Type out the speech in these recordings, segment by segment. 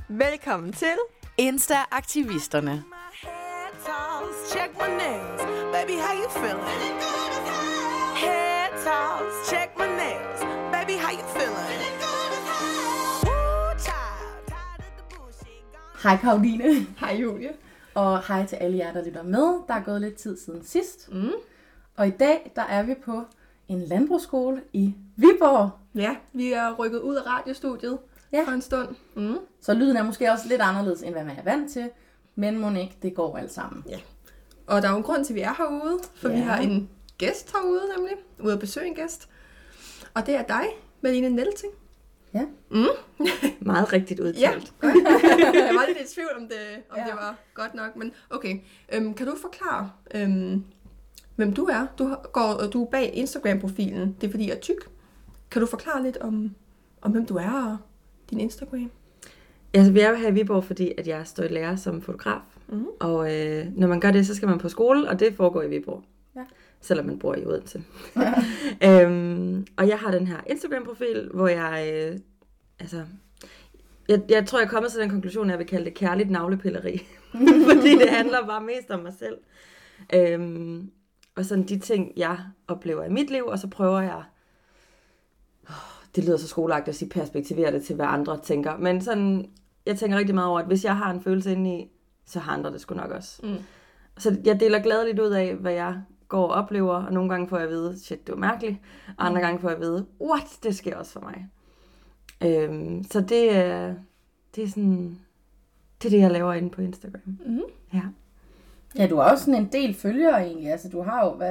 Velkommen til Insta-aktivisterne. Check my nails, baby, how you feeling? Head toss, check my nails, baby, how you feeling? Hej Karoline. Hej Julie. Og hej til alle jer, der lytter med. Der er gået lidt tid siden sidst. Og i dag, der er vi på en landbrugsskole i Viborg. Ja, vi er rykket ud af radiostudiet for en stund. Så lyden er måske også lidt anderledes, end hvad man er vant til. Men mon ikke, det går alt sammen. Ja. Og der er jo en grund til, at vi er herude, for vi har en gæst herude nemlig. Ude at besøge en gæst. Og det er dig, Malene Nelting. Ja. Meget rigtigt udtalt. Ja, jeg var lidt i tvivl, om det var godt nok. Men okay, kan du forklare, hvem du er? Du er bag Instagram-profilen. Det er fordi, jeg er tyk. Kan du forklare lidt om hvem du er og din Instagram? Altså, vi er jo her i Viborg, fordi at jeg står i lære som fotograf. Og når man gør det, så skal man på skole, og det foregår i Viborg. Ja. Selvom man bor i Odense. Og jeg har den her Instagram-profil, hvor jeg... Jeg tror, jeg er kommet til den konklusion, at jeg vil kalde det kærligt navlepilleri. Fordi det handler bare mest om mig selv. Og sådan de ting, jeg oplever i mit liv, og så prøver jeg... Det lyder så skoleagtigt at sige, perspektivere det til, hvad andre tænker. Men sådan, jeg tænker rigtig meget over, at hvis jeg har en følelse indeni, så har andre det sgu nok også. Så jeg deler gladeligt ud af, hvad jeg går og oplever, og nogle gange får jeg at vide, shit, det var mærkeligt. Og andre gange får jeg at vide, what, det sker også for mig. Så det er sådan, det er det, jeg laver inde på Instagram. Ja. Ja, du har også sådan en del følgere egentlig. Altså, du har jo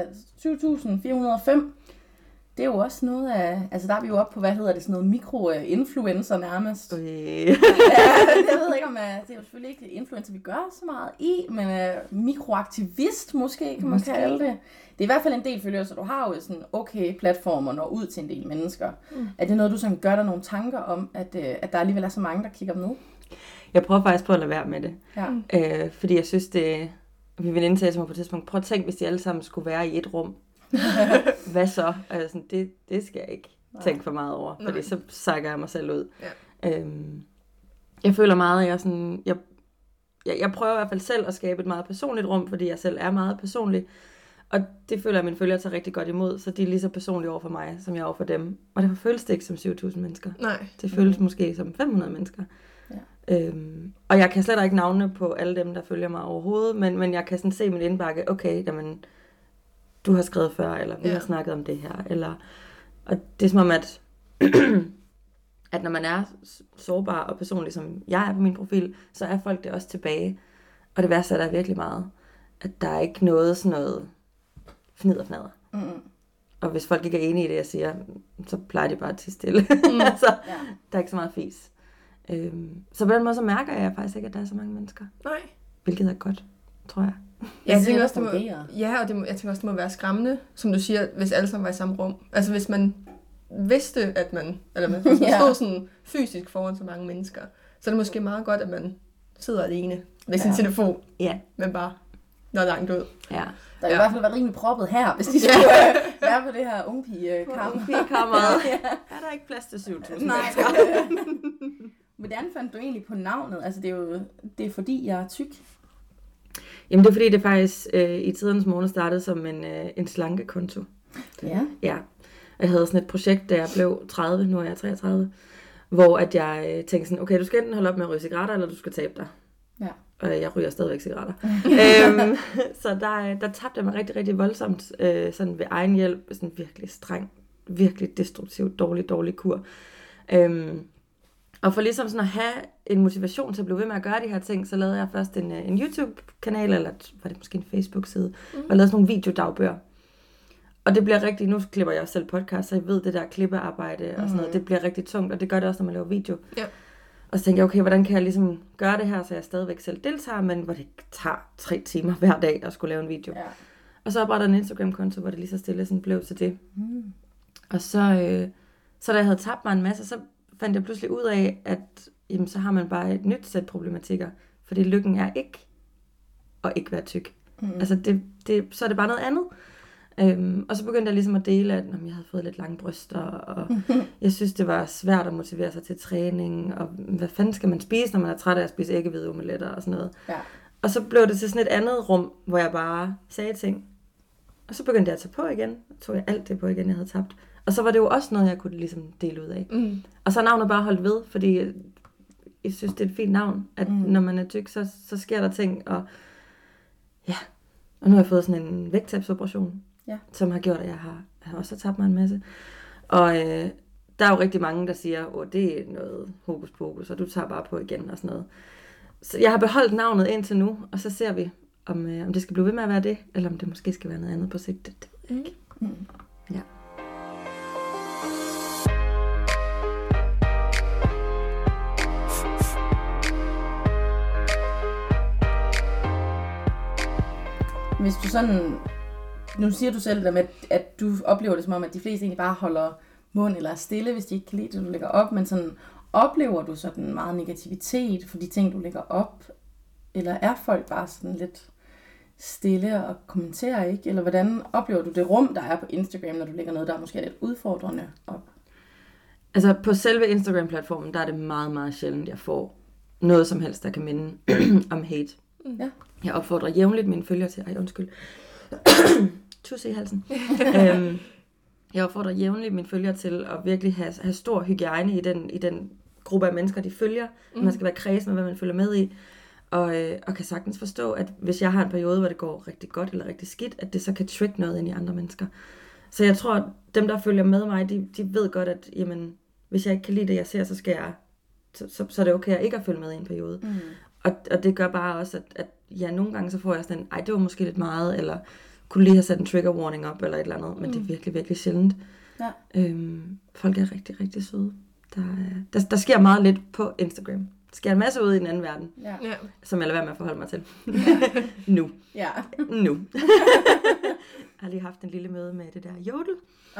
7.405. Det er jo også noget af... Altså, der er vi jo oppe på, hvad hedder det, sådan noget mikro-influencer nærmest. Ja, jeg ved ikke, om det er jo selvfølgelig ikke influencer, vi gør så meget i, men mikroaktivist måske, kan man kalde det. Det er i hvert fald en del følgere, så du har jo sådan okay platformer, når ud til en del mennesker. Er det noget, du sådan gør dig nogle tanker om, at der alligevel er så mange, der kigger med? Jeg prøver faktisk på at lade være med det. Ja. Fordi jeg synes, det... Vi vil indtage mig på et tidspunkt. Prøv at tænke, hvis de alle sammen skulle være i et rum. Hvad så? Altså, det skal jeg ikke tænke for meget over, fordi så sækker jeg mig selv ud. Ja. Jeg føler meget, at jeg prøver i hvert fald selv at skabe et meget personligt rum, fordi jeg selv er meget personlig. Og det føler jeg, at mine følgere tager rigtig godt imod, så de er lige så personlige over for mig, som jeg er over for dem. Og derfor føles det ikke som 7.000 mennesker. Nej. Det føles måske som 500 mennesker. Ja. Og jeg kan slet ikke navne på alle dem, der følger mig overhovedet, men jeg kan sådan se min indbakke, okay, jamen, du har skrevet før, eller vi har snakket om det her, eller, og det er som om, at når man er sårbar og personlig, som jeg er på min profil, så er folk det også tilbage, og det værste er, der er virkelig meget, at der er ikke noget sådan noget fnider. Og hvis folk ikke er enige i det, jeg siger, så plejer de bare til stille, så der er ikke så meget fis. Så på den måde, så mærker jeg faktisk ikke, at der er så mange mennesker. Nej. Hvilket er godt, tror jeg. Jeg tænker også, jeg tænker også, det må være skræmmende, som du siger, hvis alle sammen var i samme rum. Altså hvis man vidste, at man stod sådan fysisk foran så mange mennesker, så er det måske meget godt, at man sidder alene med sin telefon, men bare når langt ud. Ja. Der er i hvert fald været rimelig proppet her, hvis de skulle være på det her ungpige-kammeret. Er der ikke plads til 7.000 mennesker? Hvordan fandt du egentlig på navnet? Altså det er fordi, jeg er tyk. Jamen det er fordi, det faktisk i tidernes morgen startede som en slankekonto. Ja. Ja. Jeg havde sådan et projekt, da jeg blev 30, nu er jeg 33, hvor at jeg tænkte sådan, okay, du skal enten holde op med at ryge cigaretter, eller du skal tabe dig. Ja. Og jeg ryger stadigvæk cigaretter. Så der tabte jeg mig rigtig, rigtig voldsomt, sådan ved egen hjælp, sådan virkelig streng, virkelig destruktiv, dårlig kur. Og for ligesom sådan at have en motivation til at blive ved med at gøre de her ting, så lavede jeg først en YouTube-kanal, eller var det måske en Facebook-side, og lavede sådan nogle videodagbøger. Og det bliver rigtig, nu klipper jeg også selv podcast, så jeg ved det der klippearbejde og sådan noget, det bliver rigtig tungt, og det gør det også, når man laver video. Ja. Og så tænkte jeg, okay, hvordan kan jeg ligesom gøre det her, så jeg stadigvæk selv deltager, men hvor det tager 3 timer hver dag at skulle lave en video. Ja. Og så oprettede en Instagram-konto, hvor det lige så stille sådan blev til det. Og så da jeg havde tabt mig en masse, så fandt jeg pludselig ud af, at jamen, så har man bare et nyt sæt problematikker. Fordi lykken er ikke at ikke være tyk. Altså, så er det bare noget andet. Og så begyndte jeg ligesom at dele, at jeg havde fået lidt lange bryster, og jeg synes, det var svært at motivere sig til træning, og hvad fanden skal man spise, når man er træt af at spise æggehvide omeletter og sådan noget. Ja. Og så blev det til sådan et andet rum, hvor jeg bare sagde ting. Og så begyndte jeg at tage på igen, og tog jeg alt det på igen, jeg havde tabt. Og så var det jo også noget, jeg kunne ligesom dele ud af. Og så er navnet bare holdt ved, fordi jeg synes, det er et fint navn, at når man er tyk, så sker der ting, og ja. Og nu har jeg fået sådan en vægttabsoperation, som har gjort, at jeg har også tabt mig en masse. Og der er jo rigtig mange, der siger, det er noget hokus pokus, og du tager bare på igen og sådan noget. Så jeg har beholdt navnet indtil nu, og så ser vi, om det skal blive ved med at være det, eller om det måske skal være noget andet på sigt. Det ved jeg ikke. Ja. Hvis du sådan, nu siger du selv, at du oplever det som om, at de fleste egentlig bare holder mund eller er stille, hvis de ikke kan lide det, du lægger op, men sådan, oplever du sådan meget negativitet for de ting, du lægger op, eller er folk bare sådan lidt stille og kommenterer ikke, eller hvordan oplever du det rum, der er på Instagram, når du lægger noget, der måske er lidt udfordrende op? Altså på selve Instagram-platformen, der er det meget, meget sjældent, jeg får noget som helst, der kan minde om hate. Ja. Jeg opfordrer jævnligt mine følgere til... tusse i halsen. Jeg opfordrer jævnligt mine følgere til at virkelig have stor hygiejne i den gruppe af mennesker, de følger. Man skal være kredsen med, hvad man følger med i. Og kan sagtens forstå, at hvis jeg har en periode, hvor det går rigtig godt eller rigtig skidt, at det så kan trigge noget ind i andre mennesker. Så jeg tror, at dem, der følger med mig, de ved godt, at jamen, hvis jeg ikke kan lide det, jeg ser, så skal jeg... Så er det okay at ikke at følge med i en periode. Og det gør bare også, at nogle gange så får jeg sådan det var måske lidt meget, eller kunne lige have sat en trigger warning op, eller et eller andet, men det er virkelig, virkelig sjældent. Ja. Folk er rigtig, rigtig søde. Der sker meget lidt på Instagram. Der sker en masse ud i den anden verden, som jeg lader være med at forholde mig til. Nu. Ja. Nu. Jeg har lige haft en lille møde med det der Jodel.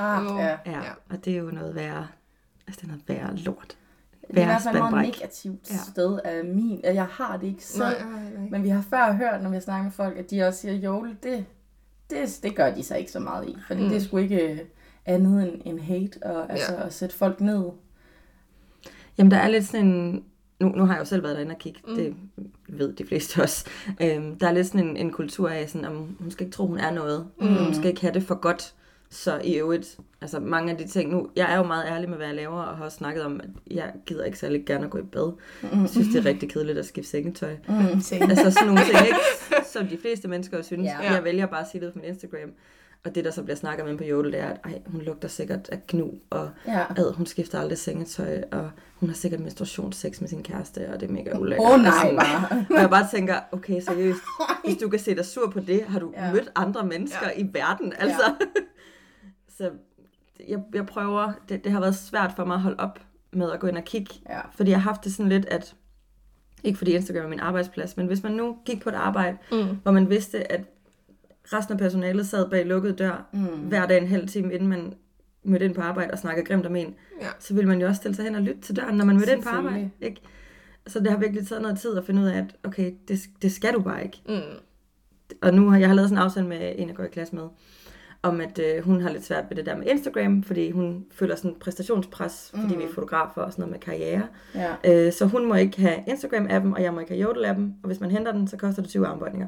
Og det er jo noget værre, det er noget værre lort. Det er i hvert fald et meget negativt sted af min. Jeg har det ikke selv. Nej. Men vi har før hørt, når vi har snakket med folk, at de også siger, Jodel, det gør de så ikke så meget i. Fordi det er sgu ikke andet end hate, og altså at sætte folk ned. Jamen, der er lidt sådan en... Nu har jeg jo selv været derinde og kigge. Det ved de fleste også. Der er lidt sådan en kultur af, sådan, at hun skal ikke tro, hun er noget. Hun skal ikke have det for godt. Så i øvrigt, altså mange af de ting nu, jeg er jo meget ærlig med, hvad jeg laver, og har også snakket om, at jeg gider ikke særlig gerne at gå i bad. Jeg synes, det er rigtig kedeligt at skifte sengetøj. Altså sådan nogle ting, ikke? Som de fleste mennesker jo synes. Jeg vælger bare at sige det på min Instagram. Og det, der så bliver snakket med på Jodel, det er, at hun lugter sikkert af knu, og hun skifter aldrig sengetøj, og hun har sikkert menstruationssex med sin kæreste, og det er mega ulækkert. Nej, bare. Og jeg bare tænker, okay, seriøst, hvis du kan se dig sur på det, har du mødt andre mennesker i verden, altså. Så jeg prøver, det har været svært for mig at holde op med at gå ind og kigge, fordi jeg har haft det sådan lidt, at, ikke fordi Instagram er min arbejdsplads, men hvis man nu gik på et arbejde, hvor man vidste, at resten af personalet sad bag lukket dør, hver dag en halv time, inden man mødte ind på arbejde og snakkede grimt om en, så ville man jo også stille sig hen og lytte til døren, når man mødte ind på arbejde, ikke? Så det har virkelig taget noget tid at finde ud af, at okay, det skal du bare ikke. Og nu har jeg lavet sådan en aftale med en, jeg går i klasse med, om at hun har lidt svært ved det der med Instagram, fordi hun føler sådan præstationspres, fordi vi er fotografer og sådan noget med karriere. Så hun må ikke have Instagram-appen, og jeg må ikke have Jodel-appen, og hvis man henter den, så koster det 20 armbøjninger.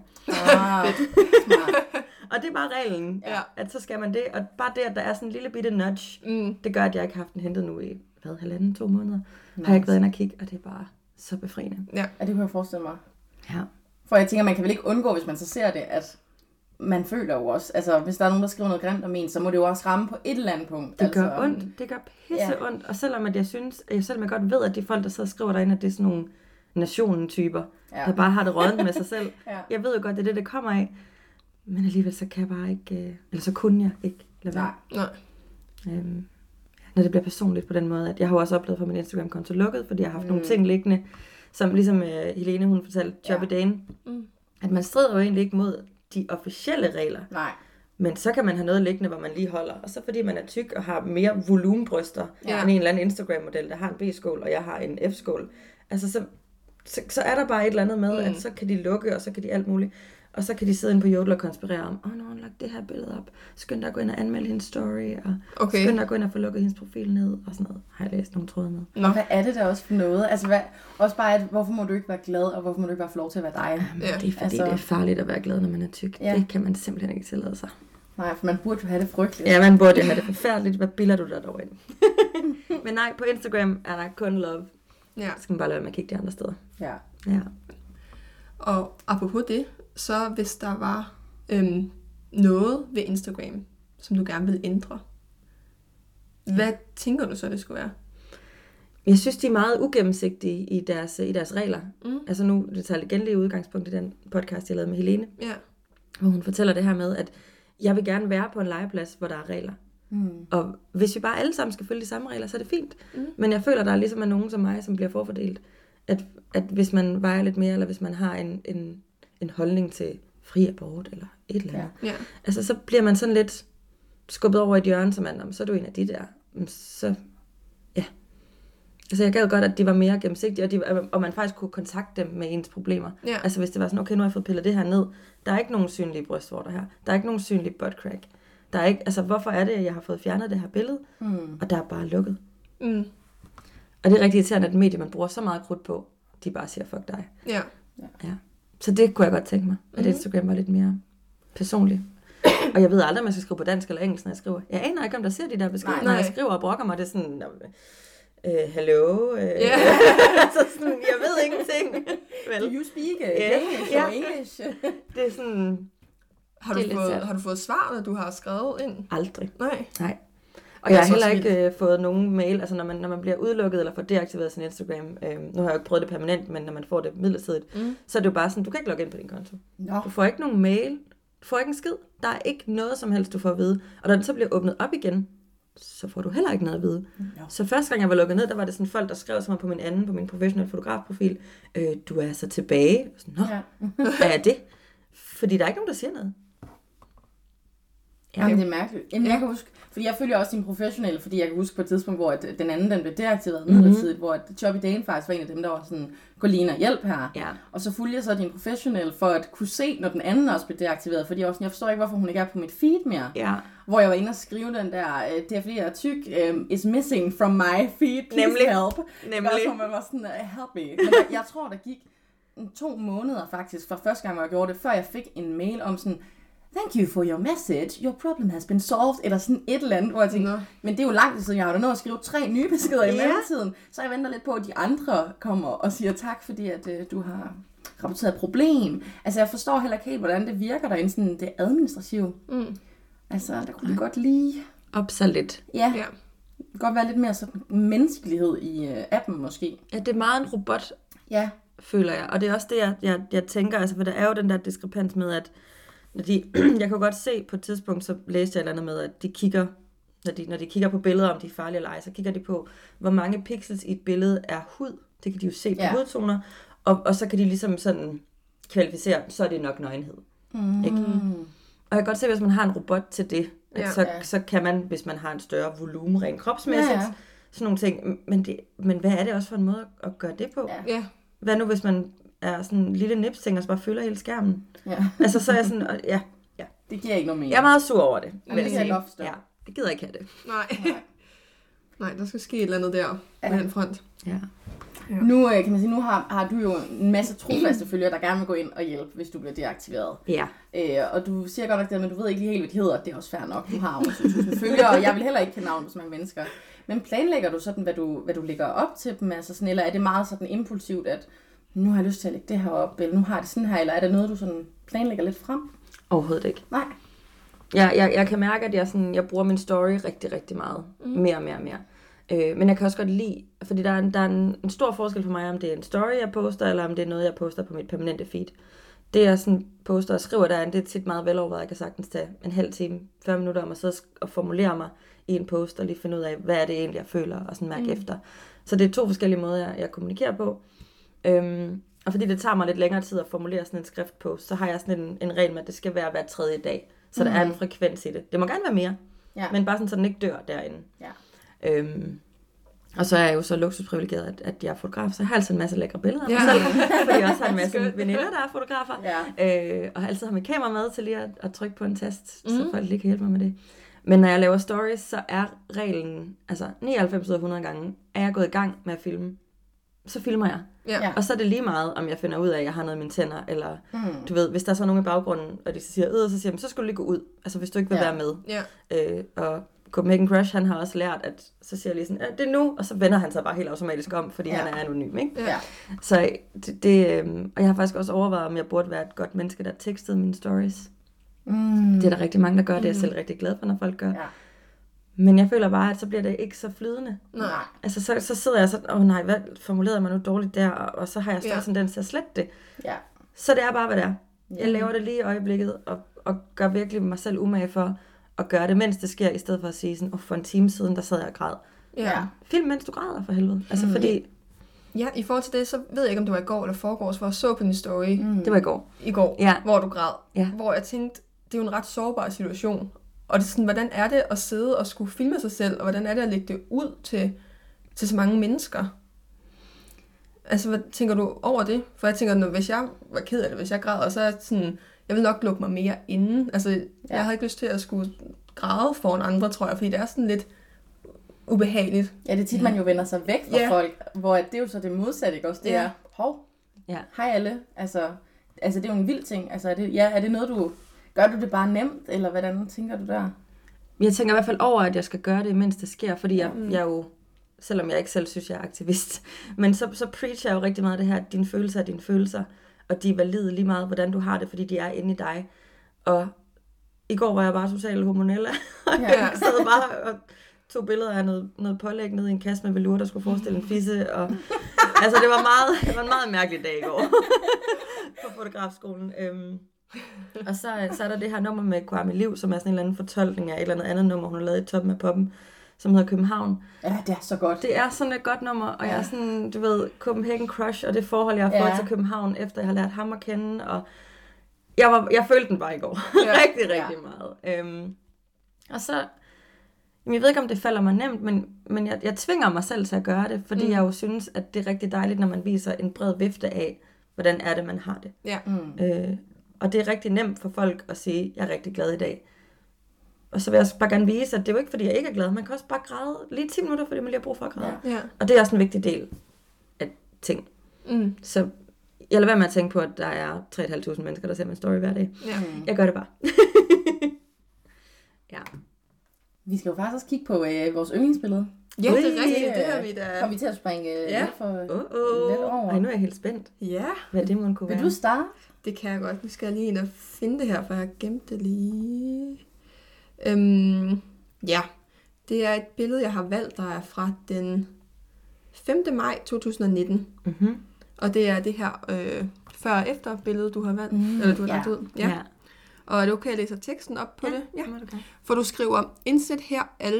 Og det er bare reglen, at så skal man det, og bare det, at der er sådan en lille bitte nudge, det gør, at jeg ikke har haft den hentet nu i, 1,5-2 måneder, har jeg ikke været inde og kigge, og det er bare så befriende. Ja, det kunne jeg forestille mig. Ja. For jeg tænker, man kan vel ikke undgå, hvis man så ser det, at man føler jo også, altså hvis der er nogen, der skriver noget grimt om en, så må det jo også ramme på et eller andet punkt. Det gør ondt, det gør pisse ondt, og selvom at jeg synes, selvom jeg godt ved, at de folk, der sidder og skriver derinde, at det er sådan nogle nationen-typer, der bare har det rådent med sig selv. Jeg ved jo godt, det er det kommer af, men alligevel så kan jeg bare ikke, eller så kunne jeg ikke lade være. Nej. Når det bliver personligt på den måde, at jeg har også oplevet for min Instagram-konto lukket, fordi jeg har haft nogle ting liggende, som ligesom Helene, hun fortalte, Job i dagen, at man strider jo egentlig ikke mod de officielle regler. Nej. Men så kan man have noget liggende, hvor man lige holder. Og så fordi man er tyk og har mere volumenbryster end en eller anden Instagram-model, der har en B-skål, og jeg har en F-skål. Altså så er der bare et eller andet med, at så kan de lukke, og så kan de alt muligt. Og så kan de sidde inde på Jodel og konspirere om, nu har hun lagt det her billede op. Skynd dig at gå ind og anmelde hendes story, og skynd dig at gå ind og få lukket hendes profil ned, og sådan noget. Har jeg læst nogle tråde med. Nå, hvad er det der også for noget? Altså, også bare, hvorfor må du ikke være glad, og hvorfor må du ikke bare få lov til at være dig? Ja. Det er fordi, det er farligt at være glad, når man er tyk. Ja. Det kan man simpelthen ikke tillade sig. Nej, for man burde jo have det frygteligt. Ja, man burde jo have det forfærdeligt. Hvad bilder du der dog ind? Men nej, på Instagram er der kun love. Ja. Så skal man bare lade være med at kigge de andre steder. Ja. Og apropos det, så hvis der var noget ved Instagram, som du gerne ville ændre, hvad tænker du så, det skulle være? Jeg synes, de er meget ugennemsigtige i deres regler. Altså nu, det tager igen lige udgangspunkt i den podcast, jeg lavede med Helene. Ja. Hvor hun fortæller det her med, at jeg vil gerne være på en legeplads, hvor der er regler. Og hvis vi bare alle sammen skal følge de samme regler, så er det fint. Men jeg føler, der er ligesom nogen som mig, som bliver forfordelt. At hvis man vejer lidt mere, eller hvis man har en holdning til fri abort, eller et eller andet. Ja. Altså, så bliver man sådan lidt skubbet over i et hjørne, som så er du en af de der. Så, ja. Altså, jeg gad godt, at de var mere gennemsigtige, og man faktisk kunne kontakte dem med ens problemer. Ja. Altså, hvis det var sådan, okay, nu har jeg fået pillet det her ned. Der er ikke nogen synlige brystvorter her. Der er ikke nogen synlige butt crack. Der er ikke, altså, hvorfor er det, at jeg har fået fjernet det her billede, og der er bare lukket. Og det er rigtig irriterende, at medier, man bruger så meget krudt på, de bare siger, fuck dig. Ja. Så det kunne jeg godt tænke mig, at Instagram var lidt mere personligt. Og jeg ved aldrig, om jeg skal skrive på dansk eller engelsk, når jeg skriver. Jeg aner ikke, om der ser de der beskeder, når jeg skriver og brokker mig. Det er sådan, hello. Så sådan, jeg ved ingenting. Do you speak English? Det er sådan... Har du fået svar, når du har skrevet ind? Aldrig. Nej. Og jeg har heller ikke fået nogen mail, altså når man bliver udelukket eller får deaktiveret sin Instagram, nu har jeg jo ikke prøvet det permanent, men når man får det midlertidigt, så er det jo bare sådan, du kan ikke logge ind på din konto. No. Du får ikke nogen mail, du får ikke en skid, der er ikke noget som helst, du får at vide. Og når den så bliver åbnet op igen, så får du heller ikke noget at vide. No. Så første gang jeg var lukket ned, der var det sådan folk, der skrev til mig på min professionelle fotografprofil, du er så tilbage. Sådan, hvad er det? Fordi der er ikke nogen, der siger noget. Jamen, det er mærkeligt. Jamen, jeg kan huske, fordi jeg følger også din professionelle, fordi jeg kan huske på et tidspunkt, hvor den anden den blev deaktiveret midlertidigt, hvor Choppy Dane faktisk var en af dem, der var sådan, Colina, hjælp her. Ja. Og så fulgte jeg så din professionelle for at kunne se, når den anden også blev deaktiveret, fordi jeg forstår ikke, hvorfor hun ikke er på mit feed mere. Ja. Hvor jeg var inde og skrive den der, det er fordi jeg er tyk, is missing from my feed, please help. Nemlig. Og man var sådan, help me. Men jeg tror, der gik 2 måneder faktisk, fra første gang, hvor jeg gjorde det, før jeg fik en mail om sådan, thank you for your message, your problem has been solved, eller sådan et eller andet, hvor jeg tænkte, men det er jo langt siden, jeg har da nået at skrive 3 nye beskeder i mellemtiden, så jeg venter lidt på, at de andre kommer og siger tak, fordi at du har rapporteret et problem. Altså jeg forstår heller ikke helt, hvordan det virker derinde, sådan det administrative. Altså der kunne det godt lige... Opsat lidt. Ja. Det kan godt være lidt mere sådan menneskelighed i appen måske. Ja, det er meget en robot, føler jeg, og det er også det, jeg tænker, altså for der er jo den der diskrepans med, at jeg kan godt se på et tidspunkt, så læste jeg et eller andet med, at de kigger, når de kigger på billeder, om de er farlige eller ej, så kigger de på, hvor mange pixels i et billede er hud. Det kan de jo se på hudtoner, og så kan de ligesom sådan kvalificere, så er det nok nøgenhed. Ikke? Og jeg kan godt se, hvis man har en robot til det, så kan man, hvis man har en større volumen rent kropsmæssigt, sådan nogle ting. Men hvad er det også for en måde at gøre det på? Ja. Hvad nu, hvis man er sådan en lille nipsting, og så bare fylder hele skærmen. Ja. Altså, så er jeg sådan, ja. Det giver ikke noget mere. Jeg er meget sur over det. Jamen, det kan jeg godt forstå. Ja, det gider ikke have det. Nej, der skal ske et eller andet der på den front. Ja. Nu kan man sige, nu har du jo en masse trofaste følgere, der gerne vil gå ind og hjælpe, hvis du bliver deaktiveret. Ja. Og du siger godt nok det, men du ved ikke lige helt, hvad de hedder. Det er også fair nok. Du har jo 1000 følgere, og jeg vil heller ikke kende navn på så mange mennesker. Men planlægger du sådan, hvad du lægger op til dem? Altså sådan, eller er det meget sådan impulsivt, at nu har jeg lyst til at lægge det her op, eller nu har jeg det sådan her, eller er det noget, du sådan planlægger lidt frem? Overhovedet ikke. Nej. Jeg kan mærke, at jeg bruger min story rigtig, rigtig meget. Mere. Men jeg kan også godt lide, fordi der er en stor forskel for mig, om det er en story, jeg poster, eller om det er noget, jeg poster på mit permanente feed. Det jeg sådan poster og skriver derinde, det er tit meget velovervejet. Jeg kan sagtens tage en halv time, 40 minutter om at sidde og formulere mig i en post, og lige finde ud af, hvad er det egentlig, jeg føler, og sådan mærke efter. Så det er 2 forskellige måder, jeg kommunikerer på. Og fordi det tager mig lidt længere tid at formulere sådan en skriftpost, så har jeg sådan en regel med, at det skal være hver 3. dag. Så der er en frekvens i det. Det må gerne være mere, men bare sådan, så den ikke dør derinde. Ja. Og så er jeg jo så luksusprivilegeret, at jeg er fotograf, så jeg har altid en masse lækre billeder af mig selv, fordi jeg også har en masse veninder, der er fotografer, og har altid har mit kamera med til lige at trykke på en tast, så folk lige kan hjælpe mig med det. Men når jeg laver stories, så er reglen, altså 99 ud af 100 gange, er jeg gået i gang med at filme, så filmer jeg. Ja. Og så er det lige meget, om jeg finder ud af, at jeg har noget i mine tænder, eller du ved, hvis der er så nogen i baggrunden, og de siger, så siger jeg, så skal du lige gå ud, altså hvis du ikke vil være med. Og Copenhagen Crush, han har også lært, at så siger jeg lige sådan, det er nu, og så vender han sig bare helt automatisk om, fordi han er anonym, ikke? Ja. Så og jeg har faktisk også overvejet, om jeg burde være et godt menneske, der tekstede mine stories. Det er der rigtig mange, der gør, det er jeg selv rigtig glad for, når folk gør. Ja. Men jeg føler bare, at så bliver det ikke så flydende. Nej. Altså, så sidder jeg sådan, nej, hvad formulerede mig nu dårligt der, og så har jeg større tendens til at slette det. Ja. Så det er bare, hvad det er. Jeg laver det lige i øjeblikket, og gør virkelig mig selv umage for at gøre det, mens det sker, i stedet for at sige sådan, for en time siden, der sad jeg og græd. Ja. Film, mens du græder, for helvede. Altså, fordi... Ja, i forhold til det, så ved jeg ikke, om det var i går eller forgårs, hvor jeg så på din story. Det var i går. I går, hvor du græd. Ja. Hvor jeg tænkte, det er jo en ret sårbar situation. Og det er sådan, hvordan er det at sidde og skulle filme sig selv, og hvordan er det at lægge det ud til så mange mennesker? Altså, hvad tænker du over det? For jeg tænker, hvis jeg var ked af det, hvis jeg græder, så er jeg sådan, jeg vil nok lukke mig mere inden. Altså, jeg har ikke lyst til at skulle græde foran andre, tror jeg, fordi det er sådan lidt ubehageligt. Ja, det er tit, man jo vender sig væk fra folk, hvor det er jo så det modsatte, ikke også? Det er, hej alle. Altså, det er jo en vild ting. Altså, er det noget, du... Gør du det bare nemt, eller hvordan tænker du der? Jeg tænker i hvert fald over, at jeg skal gøre det, mens det sker, fordi jeg jo, selvom jeg ikke selv synes, jeg er aktivist, men så preacher jeg jo rigtig meget det her, at dine følelser er dine følelser, og de er valide lige meget, hvordan du har det, fordi de er inde i dig. Og i går var jeg bare totalt hormonella, og jeg sad bare og tog billeder af noget pålæg ned i en kasse med velour, der skulle forestille en fisse, og altså det var en meget mærkelig dag i går på fotografskolen. Og så er der det her nummer med Kwame Liv, som er sådan en eller anden fortolkning af et eller andet nummer, hun har lavet i Toppen af Poppen, som hedder København. Ja, det er så godt. Det er sådan et godt nummer, og jeg er sådan, du ved, Copenhagen Crush, og det forhold, jeg har fået til København, efter jeg har lært ham at kende, og jeg følte den bare i går. rigtig meget. Og så, jeg ved ikke, om det falder mig nemt, men jeg tvinger mig selv til at gøre det, fordi jeg jo synes, at det er rigtig dejligt, når man viser en bred vifte af, hvordan er det, man har det. Ja. Og det er rigtig nemt for folk at sige, jeg er rigtig glad i dag. Og så vil jeg bare gerne vise, at det er jo ikke, fordi jeg ikke er glad. Man kan også bare græde lige 10 minutter, fordi man lige har brug for at græde. Ja. Og det er også en vigtig del af ting. Så jeg lader være med at tænke på, at der er 3.500 mennesker, der ser min story hver dag. Ja. Jeg gør det bare. Ja. Vi skal jo faktisk også kigge på vores yndlingsbillede. Ja, det er rigtigt. Det har vi da. Kommer vi til at springe lidt over. Ej, nu er jeg helt spændt. Ja. Hvad det må kunne være. Vil du starte? Det kan jeg godt. Nu skal jeg lige ind og finde det her, for jeg har gemt det lige. Ja, det er et billede, jeg har valgt, der er fra den 5. maj 2019. Mm-hmm. Og det er det her før og efter billede, du har valgt. Eller du har lagt ud. Ja. Og er det okay, at læse teksten op på det? Ja. Okay. For du skriver, indsæt her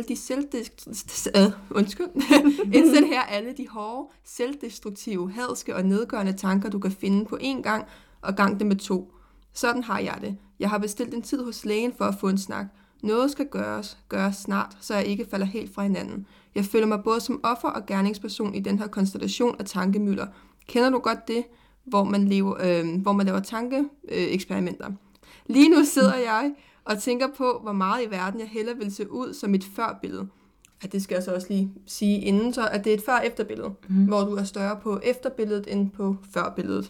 alle de hårde, selvdestruktive, hadske og nedgørende tanker, du kan finde på én gang, og gang det med 2. Sådan har jeg det. Jeg har bestilt en tid hos lægen for at få en snak. Noget skal gøres snart, så jeg ikke falder helt fra hinanden. Jeg føler mig både som offer og gerningsperson i den her konstellation af tankemylder. Kender du godt det, hvor man laver tankeeksperimenter? Lige nu sidder jeg og tænker på, hvor meget i verden jeg hellere vil se ud som et førbillede. At det skal jeg så også lige sige inden, så at det er et før-efterbillede, hvor du er større på efterbilledet end på førbilledet.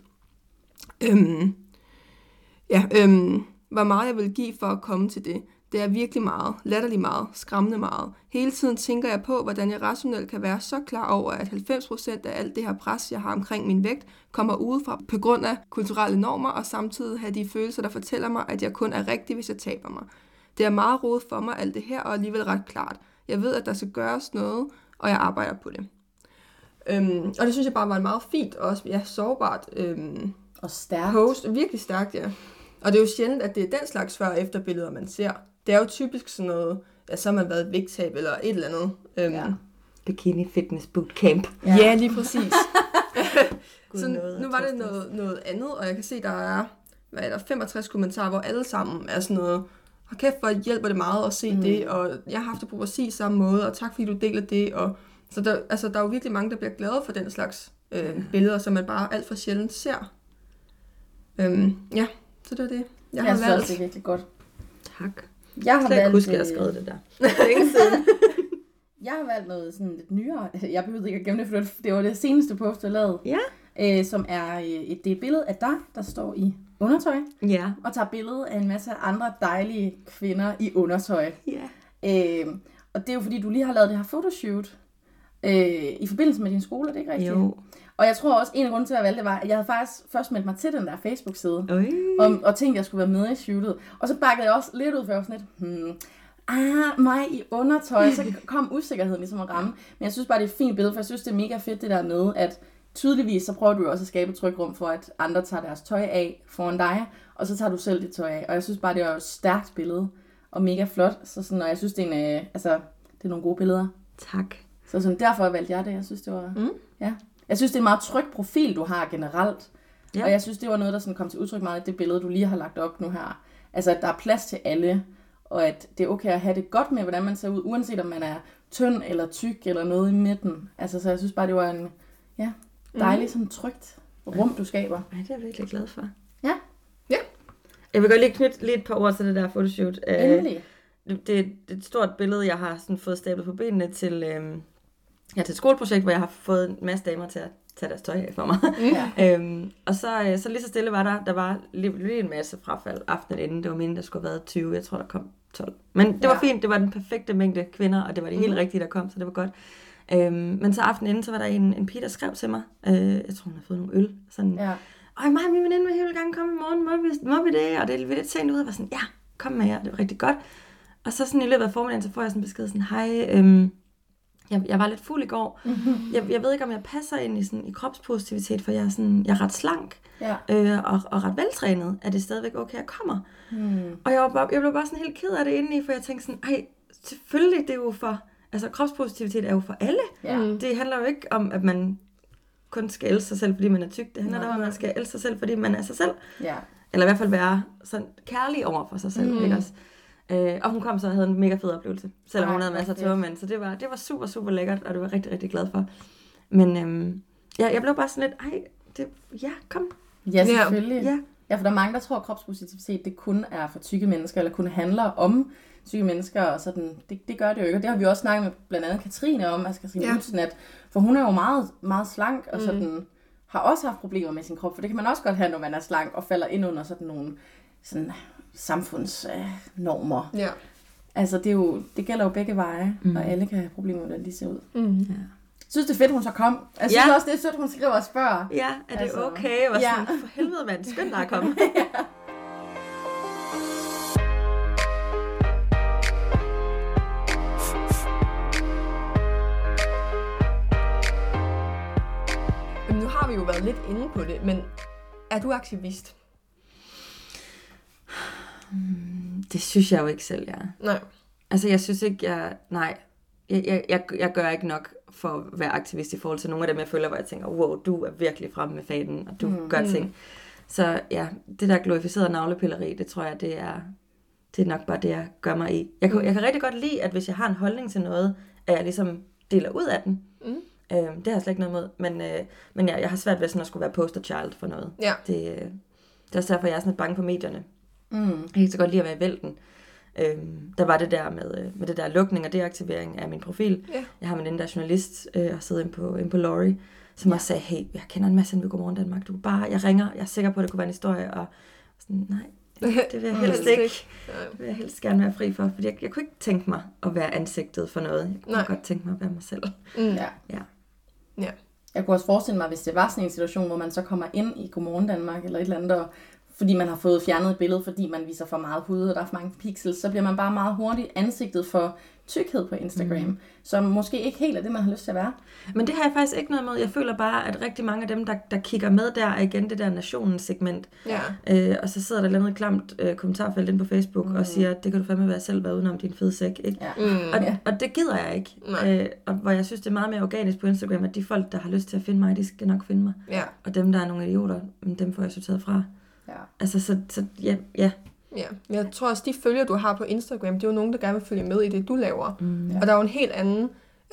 Hvor meget jeg vil give for at komme til det. Det er virkelig meget, latterligt meget, skræmmende meget. Hele tiden tænker jeg på, hvordan jeg rationelt kan være så klar over, at 90% af alt det her pres, jeg har omkring min vægt, kommer udefra på grund af kulturelle normer, og samtidig have de følelser, der fortæller mig, at jeg kun er rigtig, hvis jeg taber mig. Det er meget rodet for mig, alt det her, og alligevel ret klart. Jeg ved, at der skal gøres noget, og jeg arbejder på det. Og det synes jeg bare var en meget fint, og også sårbart og stærkt. Post. Virkelig stærkt, ja. Og det er jo sjældent, at det er den slags før- og efterbilleder, man ser. Det er jo typisk sådan noget, ja, så har man været vægttab eller et eller andet. Bikini Fitness Bootcamp. Ja, lige præcis. Så nu var det noget andet, og jeg kan se, der er 65 kommentarer, hvor alle sammen er sådan noget, og kæft, hvor hjælper det meget at se det, og jeg har haft det på præcis samme måde, og tak fordi du deler det, og Så der er jo virkelig mange, der bliver glade for den slags billeder, som man bare alt for sjældent ser. Så det er det. Jeg har valgt. Også, det er virkelig godt. Tak. Jeg har valgt... huske, at jeg har skrevet det der. Længe siden. Jeg har valgt noget sådan lidt nyere. Jeg behøvede ikke at gemme det, for det var det seneste post, jeg lavede. Ja. Som er et billede af dig, der står i undertøj. Ja. Og tager billede af en masse andre dejlige kvinder i undertøj. Ja. Og det er jo fordi, du lige har lavet det her photoshoot i forbindelse med din skole, er det ikke rigtigt? Jo. Og jeg tror også, en af grunden til, at jeg valgte det, var, at jeg havde faktisk først meldt mig til den der Facebook-side. Og tænkte, at jeg skulle være med i shootet. Og så bakkede jeg også lidt ud, for jeg var sådan lidt, mig i undertøj. Så kom usikkerheden ligesom at ramme. Men jeg synes bare, det er et fint billede, for jeg synes, det er mega fedt det der med, at tydeligvis så prøver du jo også at skabe et trykrum for, at andre tager deres tøj af foran dig, og så tager du selv dit tøj af. Og jeg synes bare, det er et stærkt billede, og mega flot. Så sådan, og jeg synes, det er det er nogle gode billeder. Tak. Så sådan, derfor valgte jeg det. Jeg synes, det var... Ja. Jeg synes, det er en meget tryg profil, du har generelt. Ja. Og jeg synes, det var noget, der sådan kom til udtryk meget i det billede, du lige har lagt op nu her. Altså, at der er plads til alle, og at det er okay at have det godt med, hvordan man ser ud, uanset om man er tynd eller tyk eller noget i midten. Altså, så jeg synes bare, det var en dejlig, sådan trygt rum, du skaber. Ja, det er jeg virkelig glad for. Ja. Ja. Jeg vil godt lige knytte lidt et par ord til det der photoshoot. Endelig. Det er et stort billede, jeg har sådan fået stablet på benene til et skoleprojekt, hvor jeg har fået en masse damer til at tage deres tøj af for mig. Ja. Og så lige så stille var der var lige en masse frafald aftenen inden. Det var meningen, der skulle have været 20. Jeg tror, der kom 12. Men det var fint. Det var den perfekte mængde kvinder, og det var det helt rigtige, der kom, så det var godt. Men så aftenen inden, så var der en pige, der skrev til mig. Jeg tror, hun har fået nogle øl. Sådan, mig og min veninde vil helt gerne komme i morgen. Må vi det? Og det er lidt sent ud. Jeg var sådan, ja, kom med jer. Det var rigtig godt. Og så sådan i løbet af formiddagen, så får jeg sådan en besked sådan, hej, jeg var lidt fuld i går. Jeg ved ikke, om jeg passer ind i kropspositivitet, for jeg er ret slank og ret veltrænet. Er det stadigvæk okay, jeg kommer? Og jeg blev bare sådan helt ked af det indeni, for jeg tænkte sådan, selvfølgelig, det er jo for... Altså, kropspositivitet er jo for alle. Ja. Det handler jo ikke om, at man kun skal elske sig selv, fordi man er tyk. Det handler om, at man skal elske sig selv, fordi man er sig selv. Ja. Eller i hvert fald være sådan kærlig over for sig selv. Ikke også? Og hun kom så og havde en mega fed oplevelse, selvom hun havde masser af tømmermænd. Så det var super, super lækkert, og det var rigtig, rigtig glad for. Men jeg blev bare sådan lidt, kom. Ja, selvfølgelig. Ja, for der er mange, der tror, at kropspositivitet det kun er for tykke mennesker, eller kun handler om tykke mennesker, og sådan, det gør det jo ikke. Og det har vi også snakket med blandt andet Katrine om, altså Katrine Utzen, for hun er jo meget, meget slank, og sådan, har også haft problemer med sin krop, for det kan man også godt have, når man er slank, og falder ind under sådan nogle sådan, samfundsnormer. Ja. Altså, det gælder jo begge veje, og alle kan have problemer med, hvordan de ser ud. Ja. Jeg synes, det er fedt, hun så kom. Jeg synes også, det er sødt, hun skriver og spørger. Ja, er det okay? Og sådan, for helvede, mand, skønt dig at komme. Nu har vi jo været lidt inde på det, men er du aktivist? Det synes jeg jo ikke selv, jeg er. Nej. Altså, jeg synes ikke, jeg gør ikke nok for at være aktivist i forhold til nogle af dem, jeg føler, hvor jeg tænker, wow, du er virkelig fremme med fanen, og du gør ting. Så ja, det der glorificerede navlepilleri, det tror jeg, det er nok bare det, jeg gør mig i. Jeg kan rigtig godt lide, at hvis jeg har en holdning til noget, at jeg ligesom deler ud af den. Det har jeg slet ikke noget imod, men jeg har svært ved sådan at skulle være poster child for noget. Ja. Det er også derfor, jeg er sådan lidt bange for medierne. Jeg kan så godt lide at være i vælten. Der var det der med det der lukning og deaktivering af min profil. Yeah. Jeg har en anden der journalist og sidder inde på Lorry, som også sagde, hey, jeg kender en masse ved Godmorgen Danmark. Jeg ringer, jeg er sikker på, at det kunne være en historie. Og sådan, nej, det vil jeg helst ikke. Det vil jeg helst gerne være fri for. Fordi jeg kunne ikke tænke mig at være ansigtet for noget. Jeg kunne godt tænke mig at være mig selv. Ja. Jeg kunne også forestille mig, hvis det var sådan en situation, hvor man så kommer ind i Godmorgen Danmark eller et eller andet, fordi man har fået fjernet et billede, fordi man viser for meget hud, og der er for mange pixels, så bliver man bare meget hurtigt ansigtet for tykkhed på Instagram, som måske ikke helt er det, man har lyst til at være. Men det har jeg faktisk ikke noget med. Jeg føler bare, at rigtig mange af dem, der kigger med der, er igen det der nationens segment. Ja. Og så sidder der et eller andet klamt kommentarfelt inde på Facebook og siger, at det kan du fandme selv være udenom din fede sæk. Ikke? Ja. Og det gider jeg ikke. Og hvor jeg synes, det er meget mere organisk på Instagram, at de folk, der har lyst til at finde mig, de skal nok finde mig. Ja. Og dem, der er nogle idioter, dem får jeg sorteret fra. Ja. Altså, så ja. Ja, jeg tror også, de følgere, du har på Instagram, det er jo nogen, der gerne vil følge med i det, du laver. Og der er jo en helt anden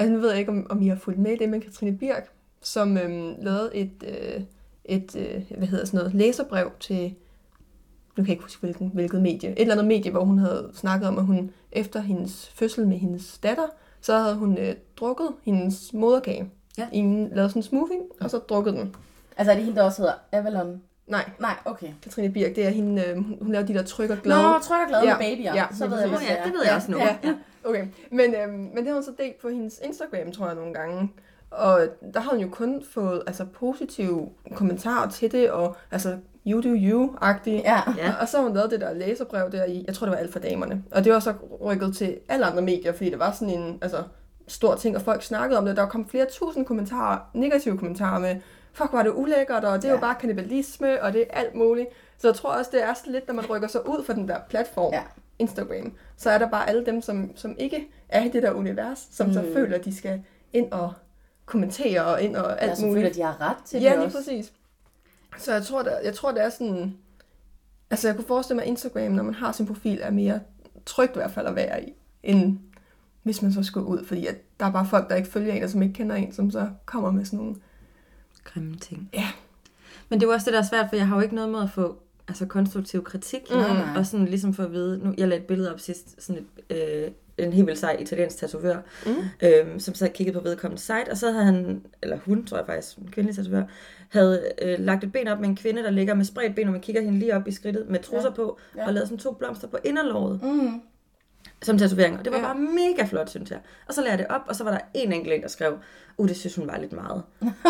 Altså, nu ved jeg ikke, om I har fulgt med i det med Katrine Birk, som lavede et læserbrev til, nu kan jeg ikke huske, hvilket medie, et eller andet medie, hvor hun havde snakket om, at hun efter hendes fødsel med hendes datter, så havde hun drukket hendes moderkage. Ja. Lavet sådan en smoothie, og så drukket den. Altså er det hende, der også hedder Avalon? Nej, okay. Katrine Birk, det er hende, hun laver de der Tryk og Glade. Nå, Tryk og Glade med babyer. Ja, så ved jeg, det ved jeg også nu. Ja. Okay, men det har hun så delt på hendes Instagram, tror jeg, nogle gange. Og der har hun jo kun fået positive kommentarer til det, og you do you-agtigt. Ja. Og så har hun lavet det der læserbrev der i, jeg tror det var Alfa Damerne. Og det var så rykket til alle andre medier, fordi det var sådan en stor ting, og folk snakkede om det. Der kom flere tusind kommentarer, negative kommentarer med, fuck, var det ulækkert, og det er jo bare kannibalisme, og det er alt muligt. Så jeg tror også, det er sådan lidt, når man rykker sig ud fra den der platform, Instagram, så er der bare alle dem, som ikke er i det der univers, som så føler, at de skal ind og kommentere og ind og alt muligt. Føler, at de har ret til det også. Ja, lige præcis. Så jeg tror, det er sådan... Altså, jeg kunne forestille mig, at Instagram, når man har sin profil, er mere trygt i hvert fald at være i, end hvis man så skulle ud. Fordi at der er bare folk, der ikke følger en, og som ikke kender en, som så kommer med sådan nogle... grimme ting. Ja. Men det er jo også det, der er svært, for jeg har jo ikke noget med at få konstruktiv kritik. Og sådan ligesom for at vide... Nu, jeg lagde et billede op sidst, sådan en helt vildt sej italiensk tatovør, som så kiggede på vedkommende site, og så havde han, eller hun, tror jeg faktisk, en kvindelig tatovør, havde lagt et ben op med en kvinde, der ligger med spredt ben, og man kigger hende lige op i skridtet med trusser på, og lavede sådan 2 blomster på inderlåret. Som tatovering, og det var bare mega flot, synes jeg. Og så lagde jeg det op, og så var der en enkelt, der skrev, det synes hun var lidt meget.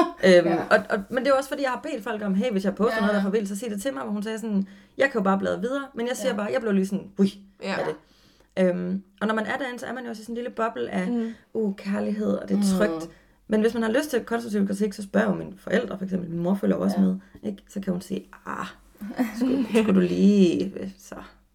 Men det er også fordi, jeg har bedt folk om, hey, hvis jeg poster noget, der får vildt, så sig det til mig, hvor hun sagde sådan, jeg kan jo bare bladre videre, men jeg siger bare, jeg blev lige sådan, af det. Og når man er derinde, så er man jo også i sådan en lille boble af kærlighed, og det er trygt. Men hvis man har lyst til konstruktiv kritik, så spørger jo mine forældre, for eksempel, min mor følger også med, ikke? Så kan hun sige, skulle du lige, så,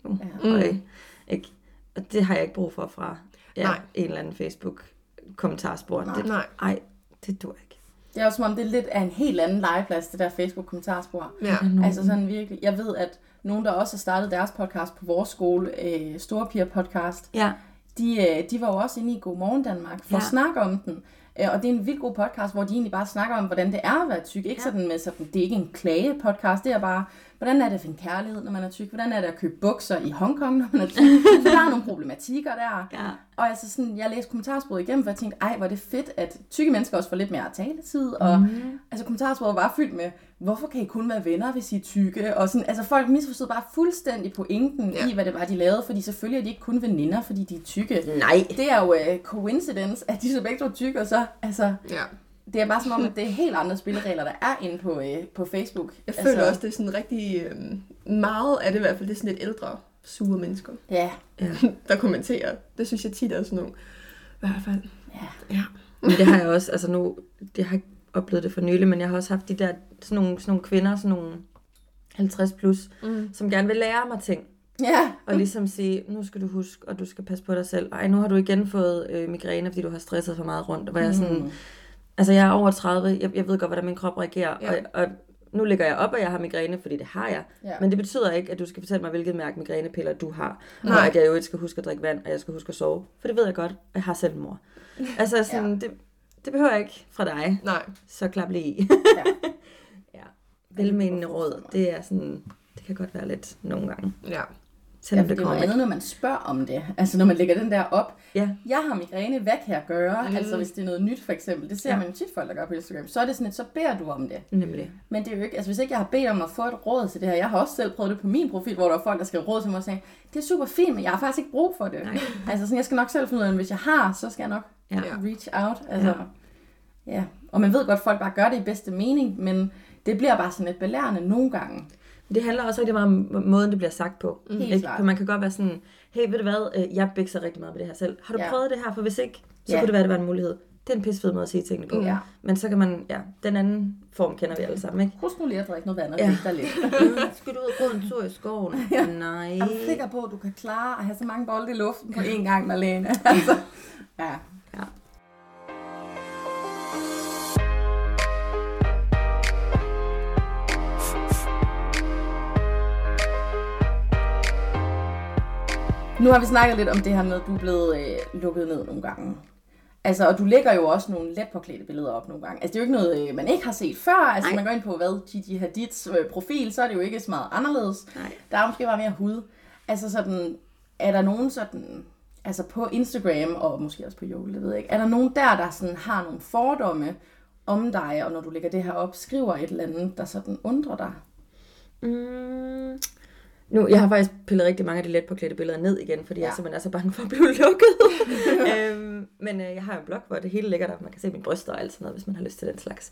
ikke? Og det har jeg ikke brug for fra en eller anden Facebook-kommentarspor. Nej, det dur ikke. Det er også som om, det er lidt af en helt anden legeplads, det der Facebook-kommentarspor. Ja. Altså sådan virkelig, jeg ved, at nogen, der også har startet deres podcast på vores skole, Store Piger Podcast, de var jo også inde i Godmorgen Danmark for at snakke om den. Og det er en vildt god podcast, hvor de egentlig bare snakker om, hvordan det er at være tyk. Ikke sådan med sådan, det er ikke en klage-podcast, det er bare, hvordan er det at finde kærlighed, når man er tyk? Hvordan er det at købe bukser i Hongkong, når man er tyk? Så der er nogle problematikker der. Ja. Og altså sådan, jeg læste kommentarsporet igennem, for jeg tænkte, hvor er det fedt, at tykke mennesker også får lidt mere taletid. Og altså kommentarsporet var fyldt med, hvorfor kan I kun være venner, hvis I er tykke? Og sådan, altså folk misforstod bare fuldstændig pointen i, hvad det var, de lavede. Fordi selvfølgelig er de ikke kun veninder, fordi de er tykke. Nej. Det er jo coincidence, at de så begge to tykke, og så, altså... Ja. Det er bare som om, at det er helt andre spilleregler, der er inde på Facebook. Jeg føler også, det er sådan rigtig meget af det i hvert fald, det er sådan lidt ældre, sure mennesker, der kommenterer. Det synes jeg tit er sådan nogle, i hvert fald. Ja. Men det har jeg også, altså nu, jeg har ikke oplevet det for nylig, men jeg har også haft de der, sådan nogle kvinder, sådan nogle 50 plus, som gerne vil lære mig ting. Ja. Og ligesom sige, nu skal du huske, og du skal passe på dig selv. Ej, nu har du igen fået migræne, fordi du har stresset for meget rundt. Hvor jeg sådan... Altså, jeg er over 30, jeg ved godt, hvordan min krop reagerer, og nu lægger jeg op, at jeg har migræne, fordi det har jeg. Ja. Men det betyder ikke, at du skal fortælle mig, hvilket mærke migrænepiller du har. Og at jeg jo ikke skal huske at drikke vand, og jeg skal huske at sove. For det ved jeg godt, og jeg har selv en mor. Altså, sådan, det behøver jeg ikke fra dig. Nej. Så klap lige i. Velmenende råd, det er sådan, det kan godt være lidt nogle gange. Ja. Selvom det er noget andet, når man spørger om det. Altså når man lægger den der op. Ja. Jeg har migræne, hvad kan jeg gøre? Altså hvis det er noget nyt for eksempel. Det ser man jo tit folk, der gør på Instagram. Så er det sådan, at så beder du om det. Nemlig. Men det er jo ikke, altså hvis ikke jeg har bedt om at få et råd til det her. Jeg har også selv prøvet det på min profil, hvor der var folk, der skrev råd til mig og sagde, det er super fint, men jeg har faktisk ikke brug for det. Altså sådan, jeg skal nok selv finde ud af, hvis jeg har, så skal jeg nok reach out. Altså, Og man ved godt, at folk bare gør det i bedste mening, men det bliver bare sådan lidt belærende nogle gange. Det handler også rigtig meget om måden, det bliver sagt på. For man kan godt være sådan, hey, ved du hvad, jeg bikser rigtig meget med det her selv. Har du prøvet det her? For hvis ikke, så kunne det være, det var en mulighed. Det er en pissefed måde at sige tingene på. Ja. Men så kan man, den anden form kender vi alle sammen, ikke? Husk nu lige at drikke noget vand og drikke dig lidt. Skal du ud og gå en tur i skoven? Nej. Er du sikker på, at du kan klare at have så mange bolde i luften på én gang, Marlene? Altså, ja. Nu har vi snakket lidt om det her med, at du er blevet lukket ned nogle gange. Altså, og du lægger jo også nogle let påklædte billeder op nogle gange. Altså, det er jo ikke noget, man ikke har set før. Altså, man går ind på, Gigi Hadids profil, så er det jo ikke så meget anderledes. Nej. Der er måske bare mere hud. Altså, sådan, er der nogen sådan, altså på Instagram, og måske også på Jodel, det ved jeg ikke, er der nogen der sådan har nogle fordomme om dig, og når du lægger det her op, skriver et eller andet, der sådan undrer dig? Nu, jeg har faktisk pillet rigtig mange af de let påklædte billeder ned igen, fordi jeg simpelthen er så bange for at blive lukket. Men jeg har en blog, hvor det hele ligger der, man kan se mine bryster og alt sådan noget, hvis man har lyst til den slags.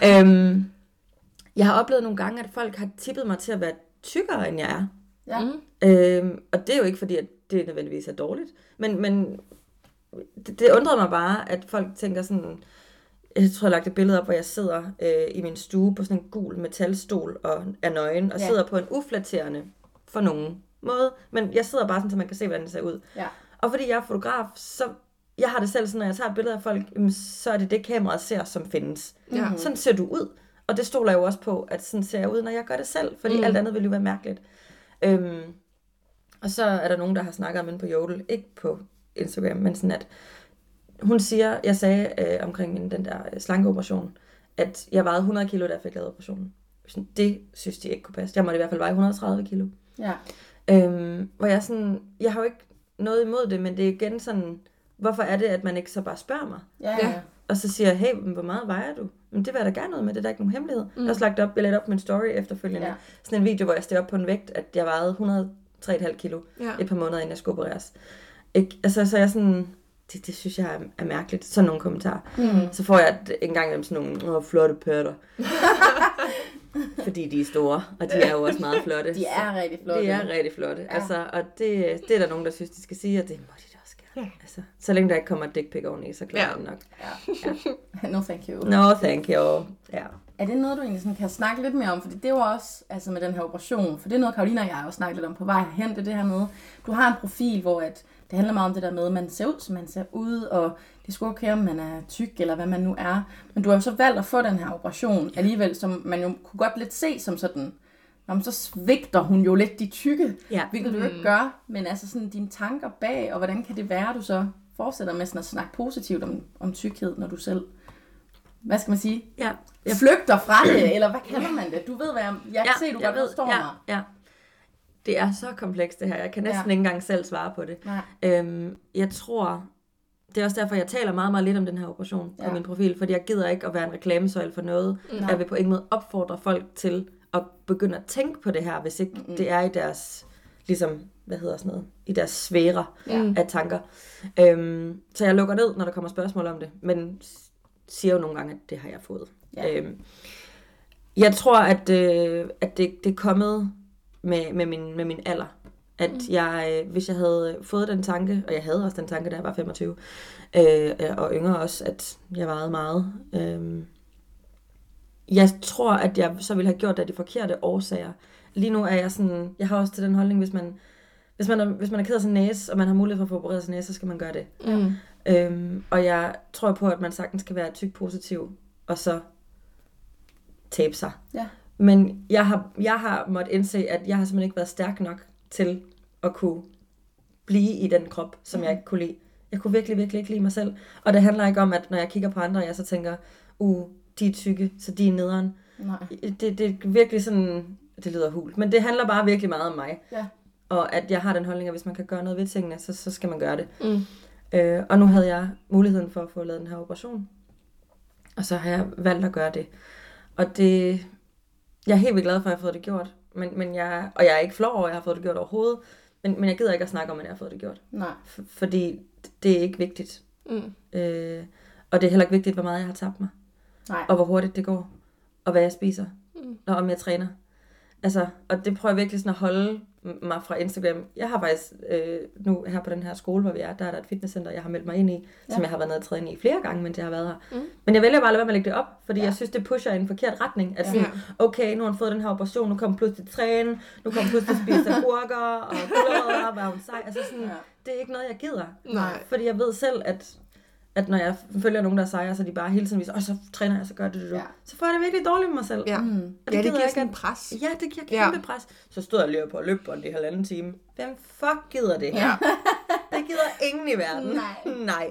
Jeg har oplevet nogle gange, at folk har tippet mig til at være tykkere, end jeg er. Ja. Og det er jo ikke fordi, at det nødvendigvis er dårligt, men det undrede mig bare, at folk tænker sådan, jeg tror, jeg har lagt et billede op, hvor jeg sidder i min stue på sådan en gul metalstol og er nøgen, og sidder på en uflatterende for nogen måde, men jeg sidder bare sådan, så man kan se, hvordan det ser ud. Ja. Og fordi jeg er fotograf, så jeg har det selv sådan, når jeg tager et billede af folk, så er det kameraet ser, som findes. Ja. Sådan ser du ud, og det stoler jeg jo også på, at sådan ser jeg ud, når jeg gør det selv, fordi alt andet vil jo være mærkeligt. Og så er der nogen, der har snakket om inde på Jodel, ikke på Instagram, men sådan at hun siger, jeg sagde omkring den der slankeoperation, at jeg vejede 100 kilo, da jeg fik lavet operationen. Det synes de ikke kunne passe. Jeg måtte i hvert fald veje 130 kilo. Ja. Hvor jeg sådan, jeg har jo ikke noget imod det, men det er igen sådan, hvorfor er det, at man ikke så bare spørger mig? Ja. Og så siger jeg, hey, hvor meget vejer du? Men det vil jeg da gerne noget med, det er da ikke nogen hemmelighed. Jeg har også lagt op, jeg lagde op med en story efterfølgende. Ja. Sådan en video, hvor jeg steg op på en vægt, at jeg vejede 103,5 kilo et par måneder, inden jeg skulle opereres. Altså, så jeg sådan, det synes jeg er mærkeligt, sådan nogle kommentarer. Så får jeg en gang sådan nogle flotte pørter. Fordi de er store, og de er jo også meget flotte. De er rigtig flotte. De er rigtig flotte. Ja. Altså, og det er der nogen, der synes, de skal sige, og det må de da også gerne. Ja. Altså, så længe der ikke kommer et dick pic oveni, så klarer det nok. Ja. No thank you. No thank you. Ja. Er det noget, du egentlig sådan kan snakke lidt mere om? Fordi det er jo også altså med den her operation, for det er noget, Karoline og jeg har også snakket lidt om på vej herhen, det her med, du har en profil, hvor at det handler meget om det der med, at man ser ud, som man ser ud, og det skulle okay, om man er tyk, eller hvad man nu er. Men du har jo så valgt at få den her operation alligevel, som man jo kunne godt lidt se som sådan, så svigter hun jo lidt de tykke, hvilket du ikke gør. Men altså sådan dine tanker bag, og hvordan kan det være, at du så fortsætter med sådan at snakke positivt om tykkhed, når du selv, hvad skal man sige? Ja. Flygter fra det, eller hvad kalder man det? Du ved, hvad jeg kan se, du godt forstår mig. Ja. Det er så komplekst det her. Jeg kan næsten ikke engang selv svare på det. Jeg tror, det er også derfor, jeg taler meget, meget lidt om den her operation på min profil, fordi jeg gider ikke at være en reklamesøjle for noget. Jeg vil på ingen måde opfordre folk til at begynde at tænke på det her, hvis ikke det er i deres, ligesom, i deres sfære af tanker. Så jeg lukker ned, når der kommer spørgsmål om det, men siger jo nogle gange, at det har jeg fået. Ja. Jeg tror, at det er kommet med min alder. At jeg, hvis jeg havde fået den tanke, og jeg havde også den tanke, da jeg var 25, og yngre også, at jeg vejede meget. Jeg tror, at jeg så ville have gjort det af de forkerte årsager. Lige nu er jeg sådan, jeg har også til den holdning, hvis man er ked af sin næse, og man har mulighed for at få opereret sin næse, så skal man gøre det. Og jeg tror på, at man sagtens kan være tyk positiv, og så tabe sig. Ja. Men jeg har måttet indse, at jeg har simpelthen ikke været stærk nok til at kunne blive i den krop, som jeg ikke kunne lide. Jeg kunne virkelig, virkelig ikke lide mig selv. Og det handler ikke om, at når jeg kigger på andre, jeg så tænker, de er tykke, så de er nederen. Nej. Det er virkelig sådan, det lyder hult, men det handler bare virkelig meget om mig. Ja. Og at jeg har den holdning, at hvis man kan gøre noget ved tingene, så skal man gøre det. Og nu havde jeg muligheden for at få lavet den her operation. Og så har jeg valgt at gøre det. Og det, jeg er helt vildt glad for, at jeg har fået det gjort. Men jeg er ikke flov over, at jeg har fået det gjort overhovedet. Men jeg gider ikke at snakke om, at jeg har fået det gjort. Nej. Fordi det er ikke vigtigt. Og det er heller ikke vigtigt, hvor meget jeg har tabt mig. Nej. Og hvor hurtigt det går. Og hvad jeg spiser. Og om jeg træner. Altså, og det prøver jeg virkelig sådan at holde mig fra Instagram. Jeg har faktisk nu her på den her skole, hvor vi er, der er der et fitnesscenter, jeg har meldt mig ind i, som jeg har været nede og træne i flere gange, mens jeg har været her. Men jeg vælger bare at lade være med at lægge det op, fordi jeg synes, det pusher i en forkert retning. At sådan, okay, nu har hun fået den her operation, nu kommer pludselig til træne, nu kommer pludselig til at spise burger, og gulerødder, hvad hun sej. Altså sådan, det er ikke noget, jeg gider. Nej. Fordi jeg ved selv, at når jeg følger nogen, der sejrer, så de bare hele tiden viser, så træner jeg, så gør det. Ja. Så får jeg det virkelig dårligt med mig selv. Ja, og det giver sådan en pres. Ja, det giver kæmpe pres. Så stod jeg lige på løbebånd i 1,5 time. Hvem fuck gider det her? Det gider ingen i verden. Nej.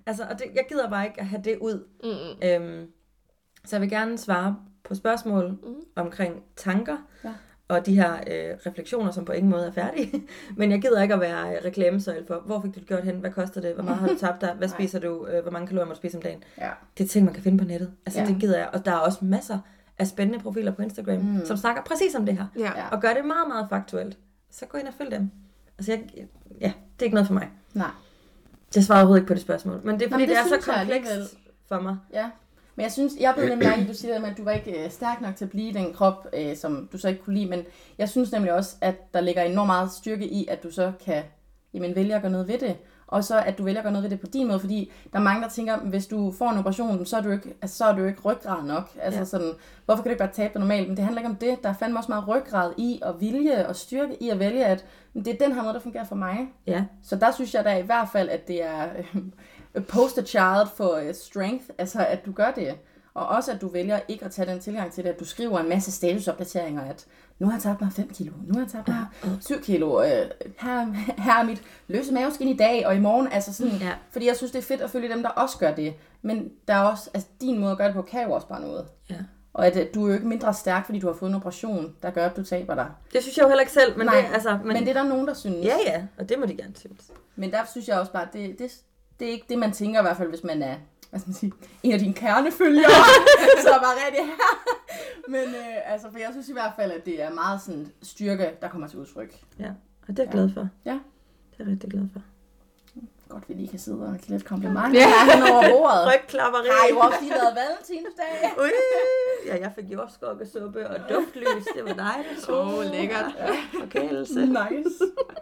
Altså, og jeg gider bare ikke at have det ud. Så jeg vil gerne svare på spørgsmål omkring tanker, og de her refleksioner, som på ingen måde er færdige. Men jeg gider ikke at være reklamesøjle for, hvor fik du det gjort hen, hvad koster det, hvor meget har du tabt dig, hvad spiser du, hvor mange kalorier må du spise om dagen. Ja. Det er ting, man kan finde på nettet. Altså det gider jeg. Og der er også masser af spændende profiler på Instagram, som snakker præcis om det her. Ja. Og gør det meget, meget faktuelt. Så gå ind og følg dem. Altså det er ikke noget for mig. Nej. Jeg svarer overhovedet ikke på det spørgsmål. Men det er fordi, det er så komplekst for mig. Ja. Men jeg synes, jeg blev nemlig mærke, du siger, at du var ikke stærk nok til at blive den krop, som du så ikke kunne lide. Men jeg synes nemlig også, at der ligger enormt meget styrke i, at du så kan vælge at gøre noget ved det. Og så at du vælger at gøre noget ved det på din måde, fordi der er mange, der tænker, hvis du får en operation, så er du ikke ryggrad nok. Altså sådan, hvorfor kan du ikke bare tabe dig normalt? Men det handler ikke om det. Der er fandme også meget ryggrad i, og vilje og styrke i at vælge, at det er den her måde, der fungerer for mig. Ja. Så der synes jeg da i hvert fald, at det er poster child for strength, altså at du gør det. Og også at du vælger ikke at tage den tilgang til det, at du skriver en masse statusopdateringer, at nu har jeg tabt mig 5 kilo, nu har jeg tabt mig 7 kilo, her er mit løse maveskin i dag og i morgen, altså sådan, fordi jeg synes, det er fedt at følge dem, der også gør det, men der er også, altså din måde at gøre det på, kan jo også bare noget. Ja. Og at du er jo ikke mindre stærk, fordi du har fået en operation, der gør, at du taber dig. Det synes jeg jo heller ikke selv, men, men det er der nogen, der synes. Ja, og det må de gerne synes. Men der synes jeg også bare, det er ikke det, man tænker i hvert fald, hvis man er en af dine kernefølgere, så bare rigtig her. Men for jeg synes i hvert fald, at det er meget sådan styrke, der kommer til udtryk. Ja, og det er jeg glad for. Ja. Det er jeg rigtig glad for. Godt, vi lige kan sidde og give lidt kompliment. Ja, han over bordet. Rygklapperi. Har I jo også lige været valentinsdag? Ja, jeg fik jordskokkesuppe og duftlys. Det var dejligt. Lækkert. Og kælelse. Nice.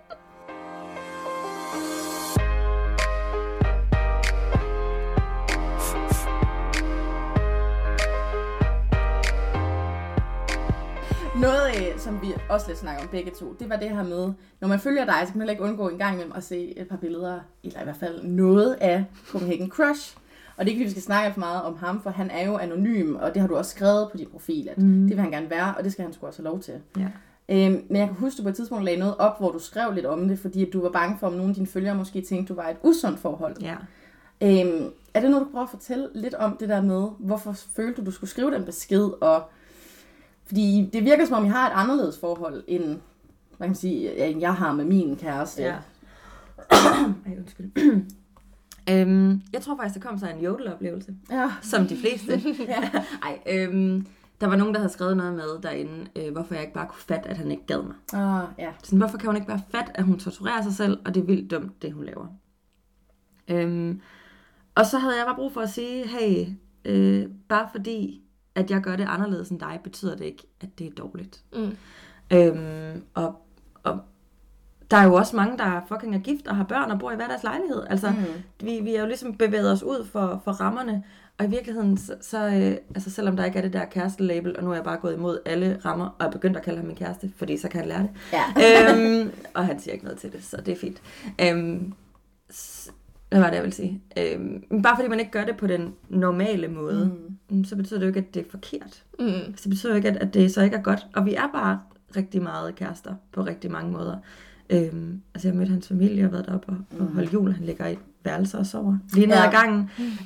Noget, som vi også lidt snakker om begge to, det var det her med, når man følger dig, så kan man heller ikke undgå en gang imellem at se et par billeder, eller i hvert fald noget af Copenhagen Crush. Og det er ikke, fordi vi skal snakke for meget om ham, for han er jo anonym, og det har du også skrevet på din profil, at det vil han gerne være, og det skal han sgu også have lov til. Ja. Men jeg kan huske, at du på et tidspunkt lagde noget op, hvor du skrev lidt om det, fordi at du var bange for, om nogle af dine følgere måske tænkte, du var et usundt forhold. Ja. Er det noget, du kan prøve at fortælle lidt om det der med, hvorfor følte du skulle skrive den besked, og fordi det virker som om, I har et anderledes forhold, end, hvad kan man sige, end jeg har med min kæreste. Ja. Undskyld. Jeg tror faktisk, der kom sig en jodel-oplevelse. Ja. Som de fleste. Der var nogen, der havde skrevet noget med derinde, hvorfor jeg ikke bare kunne fatte, at han ikke gad mig. Ja. Sådan, hvorfor kan hun ikke bare fatte, at hun torturerer sig selv, og det er vildt dumt, det hun laver. Og så havde jeg bare brug for at sige, hey, bare fordi at jeg gør det anderledes end dig, betyder det ikke, at det er dårligt. Og der er jo også mange, der fucking er gift og har børn og bor i hver deres lejlighed. Altså, vi er jo ligesom bevæget os ud for rammerne, og i virkeligheden, så selvom der ikke er det der kæreste-label, og nu er jeg bare gået imod alle rammer, og er begyndt at kalde ham min kæreste, fordi så kan han lære det. Ja. Og han siger ikke noget til det, så det er fint. Hvad var det, jeg vil sige? Bare fordi man ikke gør det på den normale måde, så betyder det jo ikke, at det er forkert. Så det betyder jo ikke, at det så ikke er godt. Og vi er bare rigtig meget kærester på rigtig mange måder. Jeg mødte hans familie og været deroppe og holdt jul. Han ligger i et værelse og sover lige ned ad gangen.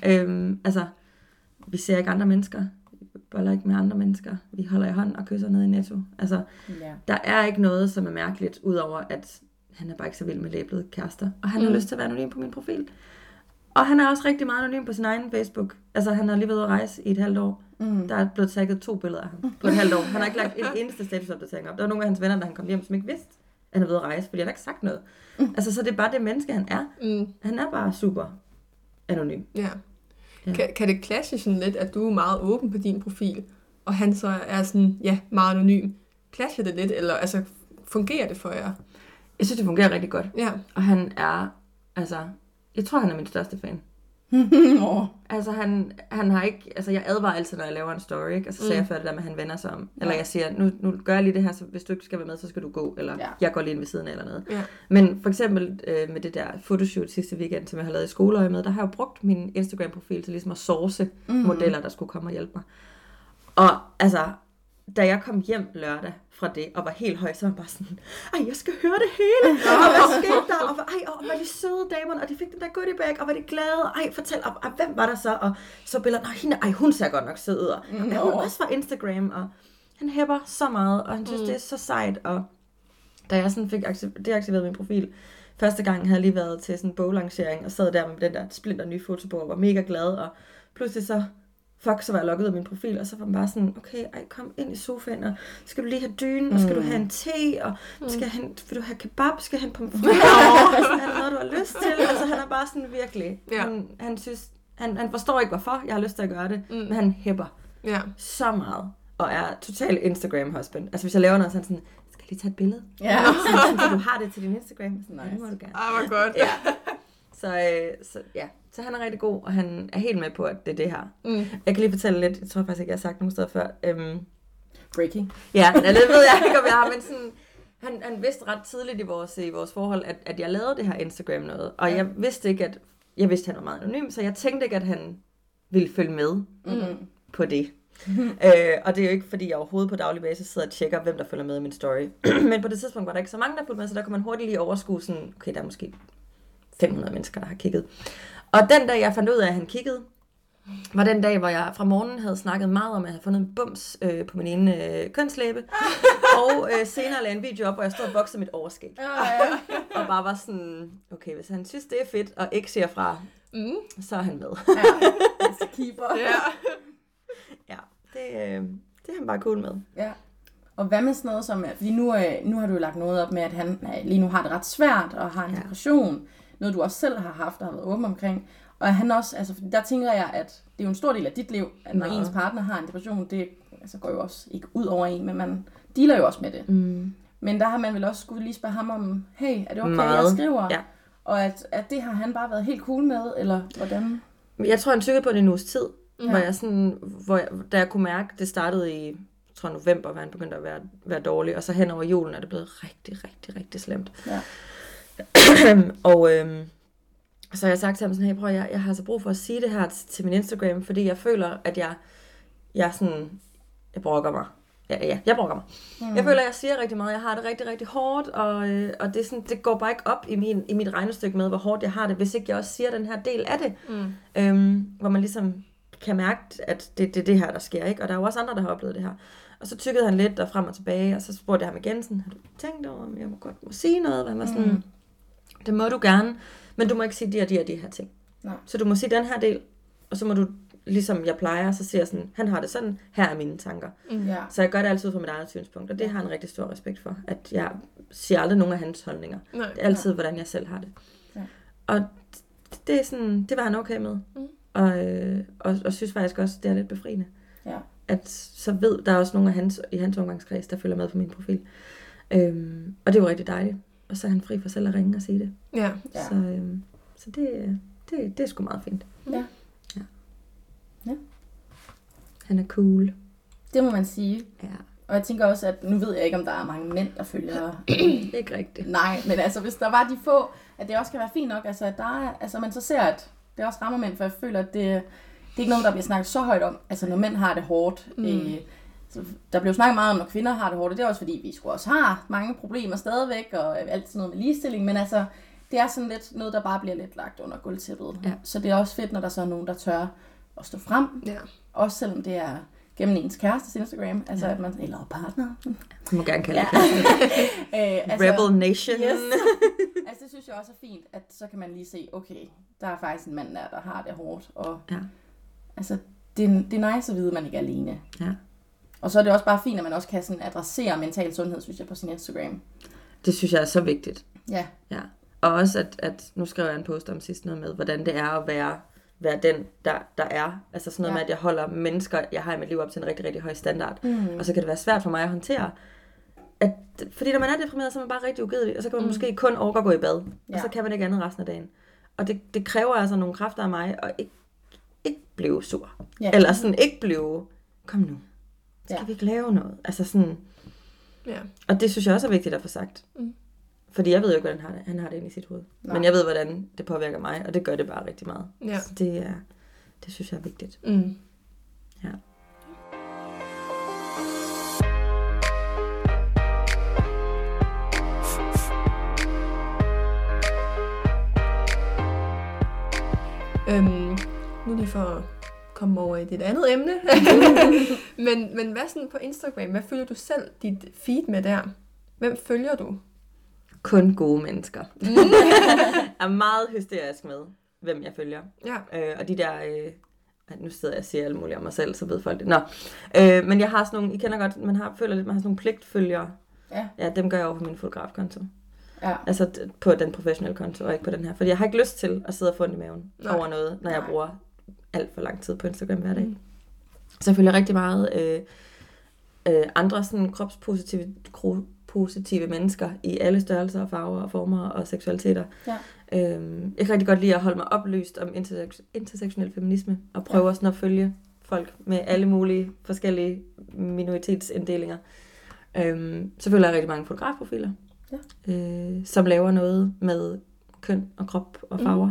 Vi ser ikke andre mennesker. Vi boller ikke med andre mennesker. Vi holder i hånd og kysser ned i Netto. Der er ikke noget, som er mærkeligt, udover at han er bare ikke så vild med lablet kærester. Og han har lyst til at være anonym på min profil. Og han er også rigtig meget anonym på sin egen Facebook. Han har lige været ude at rejse i et halvt år. Der er blevet tagget 2 billeder af ham på et halvt år. Han har ikke lagt en eneste statusopdatering op. Der var nogle af hans venner, da han kom hjem, som ikke vidste, at han er ved at rejse, fordi han har ikke sagt noget. Så det er bare det menneske, han er. Han er bare super anonym. Ja. Kan det clashe sådan lidt, at du er meget åben på din profil, og han så er sådan, meget anonym? Clasher det lidt, eller fungerer det for jer? Jeg synes, det fungerer rigtig godt. Ja. Og han er, jeg tror, han er min største fan. Han har ikke, jeg advarer altid, når jeg laver en story, ikke? Og så siger jeg før det der med, at han vender sig om. Eller jeg siger, nu gør jeg lige det her, så hvis du ikke skal være med, så skal du gå. Eller jeg går lige ind ved siden af eller noget. Ja. Men for eksempel med det der photoshoot sidste weekend, som jeg har lavet i skoleøje med, der har jeg jo brugt min Instagram-profil til ligesom at source modeller, der skulle komme og hjælpe mig. Og da jeg kom hjem lørdag fra det, og var helt høj, så var jeg bare sådan, jeg skal høre det hele, og hvad skete der, og var de søde damerne, og de fik den der goodie bag, og var de glade, fortæl, og hvem var der så, og så billeder, hun ser godt nok sød ud, og hun også fra Instagram, og han hæpper så meget, og han synes, det er så sejt, og da jeg sådan fik deaktiveret min profil, første gang havde jeg lige været til sådan en boglancering, og sad der med den der splinter nye fotobog, og var mega glad, og pludselig så var jeg logget ud af min profil, og så var man bare sådan, okay, kom ind i sofaen, og skal du lige have dynen, og skal du have en te, og vil du have kebab, skal han pomfritter, er det noget, du har lyst til? Altså han er bare sådan virkelig, han synes, han forstår ikke hvorfor, jeg har lyst til at gøre det, men han hæpper så meget, og er total Instagram-husband. Altså hvis jeg laver noget, så er han sådan, skal jeg lige tage et billede? Ja. Så du har det til din Instagram? Sådan, nej, det må du gerne. Hvor godt. Ja. Så han er rigtig god, og han er helt med på, at det er det her. Jeg kan lige fortælle lidt, jeg tror faktisk ikke, jeg har sagt nogen steder før. Breaking. Ja, det ved jeg ikke, om jeg har, men sådan, han vidste ret tidligt i vores forhold, at jeg lavede det her Instagram noget, og jeg vidste ikke, at han var meget anonym, så jeg tænkte ikke, at han ville følge med på det. Og det er jo ikke, fordi jeg overhovedet på daglig basis sidder og tjekker, hvem der følger med i min story. Men på det tidspunkt var der ikke så mange, der fulgte med, så der kunne man hurtigt lige overskue sådan, okay, der er måske 500 mennesker, der har kigget. Og den dag, jeg fandt ud af, at han kiggede, var den dag, hvor jeg fra morgenen havde snakket meget om, at jeg havde fundet en bums på min ene kønslæbe. Og senere lagde en video op, hvor jeg stod og boksede mit overskæg. Og bare var sådan, okay, hvis han synes, det er fedt, og ikke siger fra, så er han med. Altså keeper. Ja, det er han bare cool med. Ja. Og hvad med sådan noget som, fordi nu har du jo lagt noget op med, at han lige nu har det ret svært, og har en depression, noget du også selv har haft, og har været åben omkring. Og han også, altså der tænker jeg, at det er jo en stor del af dit liv, at når ens partner har en depression, det altså, går jo også ikke ud over en, men man dealer jo også med det. Men der har man vel også skulle lige spørge ham om, hey, er det okay, jeg skriver? Ja. Og at det har han bare været helt cool med, eller hvordan? Jeg tror, han tykkede på det en uges tid, da jeg kunne mærke, det startede i november, hvor han begyndte at være dårlig, og så hen over julen er det blevet rigtig, rigtig, rigtig slemt. Ja. Og så har jeg sagt til ham sådan, hey, prøv, jeg har altså brug for at sige det her til min Instagram, fordi jeg føler, at jeg brokker mig. Jeg brokker mig. Jeg føler, at jeg siger rigtig meget. Jeg har det rigtig, rigtig hårdt, og det, er sådan, det går bare ikke op i mit regnestykke med, hvor hårdt jeg har det, hvis ikke jeg også siger den her del af det. Hvor man ligesom kan mærke, at det er det her, der sker, ikke? Og der er jo også andre, der har oplevet det her. Og så tykkede han lidt og frem og tilbage, og så spurgte jeg ham igen sådan, har du tænkt over, om jeg må sige noget? Og han var sådan, det må du gerne, men du må ikke sige de og de her ting. Nej. Så du må sige den her del, og så må du, ligesom jeg plejer, så siger jeg sådan, han har det sådan, her er mine tanker. Så jeg gør det altid fra mit eget synspunkt, og det har en rigtig stor respekt for, at jeg siger aldrig nogen af hans holdninger. Nej. Det er altid, hvordan jeg selv har det. Ja. Og det er sådan, det var han okay med. Og synes faktisk også, det er lidt befriende. Ja. At så ved, der er også nogle i hans omgangskreds, der følger med på min profil. Og det var rigtig dejligt. Og så er han fri for selv at ringe og sige det. Ja. Så det er sgu meget fint. Ja. Han er cool. Det må man sige. Ja. Og jeg tænker også, at nu ved jeg ikke, om der er mange mænd, der følger... Ikke rigtigt. Nej, men altså, hvis der var de få, at det også kan være fint nok, altså, at der er, altså, man så ser, at det også rammer mænd, for jeg føler, at det er ikke noget, der bliver snakket så højt om. Altså, når mænd har det hårdt. Der bliver snakket meget om, når kvinder har det hårdt, og det er også fordi, vi sgu også har mange problemer stadigvæk, og alt sådan noget med ligestilling, men altså, det er sådan lidt noget, der bare bliver lidt lagt under gulvtæppet. Ja. Så det er også fedt, når der så er nogen, der tør at stå frem. Ja. Også selvom det er gennem ens kærestes Instagram, altså at man, eller partner. Du må gerne kalde det Rebel Nation. Yes. Altså det synes jeg også er fint, at så kan man lige se, okay, der er faktisk en mand der har det hårdt, og altså det er nice at vide, at man ikke er alene. Ja. Og så er det også bare fint, at man også kan sådan adressere mental sundhed, synes jeg, på sin Instagram. Det synes jeg er så vigtigt. Ja. Og også, at nu skrev jeg en post om sidst noget med, hvordan det er at være den, der er. Altså sådan noget med, at jeg holder mennesker, jeg har i mit liv op til en rigtig, rigtig høj standard. Og så kan det være svært for mig at håndtere. Fordi når man er deprimeret, så er man bare rigtig ugedelig, og så kan man måske kun orke at gå i bad. Og så kan man ikke andet resten af dagen. Og det kræver altså nogle kræfter af mig, at ikke blive sur. Ja. Eller sådan ikke blive, kom nu, skal vi ikke lave noget? Altså sådan. Ja. Og det synes jeg også er vigtigt at få sagt. Fordi jeg ved jo ikke, hvordan han har det inde i sit hoved. Nej. Men jeg ved, hvordan det påvirker mig, og det gør det bare rigtig meget. Ja. Så det synes jeg er vigtigt. Ja. Nu lige for at komme over i dit andet emne. men hvad sådan på Instagram? Hvad følger du selv dit feed med der? Hvem følger du? Kun gode mennesker. Jeg er meget hysterisk med, hvem jeg følger. Ja. Og de der... nu sidder jeg og siger alt muligt om mig selv, så ved folk det. Nå. Men jeg har sådan nogle... I kender godt, man har sådan nogle pligtfølgere. Ja, dem gør jeg over på min fotografkonto. Ja. Altså på den professionelle konto, og ikke på den her. Fordi jeg har ikke lyst til at sidde og få ondt i maven over noget, når jeg bruger alt for lang tid på Instagram hver dag. Så jeg følger rigtig meget andre sådan kropspositive mennesker i alle størrelser og farver og former og seksualiteter. Ja. Jeg kan rigtig godt lide at holde mig oplyst om intersektionel feminisme og prøve sådan at følge folk med alle mulige forskellige minoritetsinddelinger. Så følger jeg rigtig mange fotografprofiler, som laver noget med køn og krop og farver.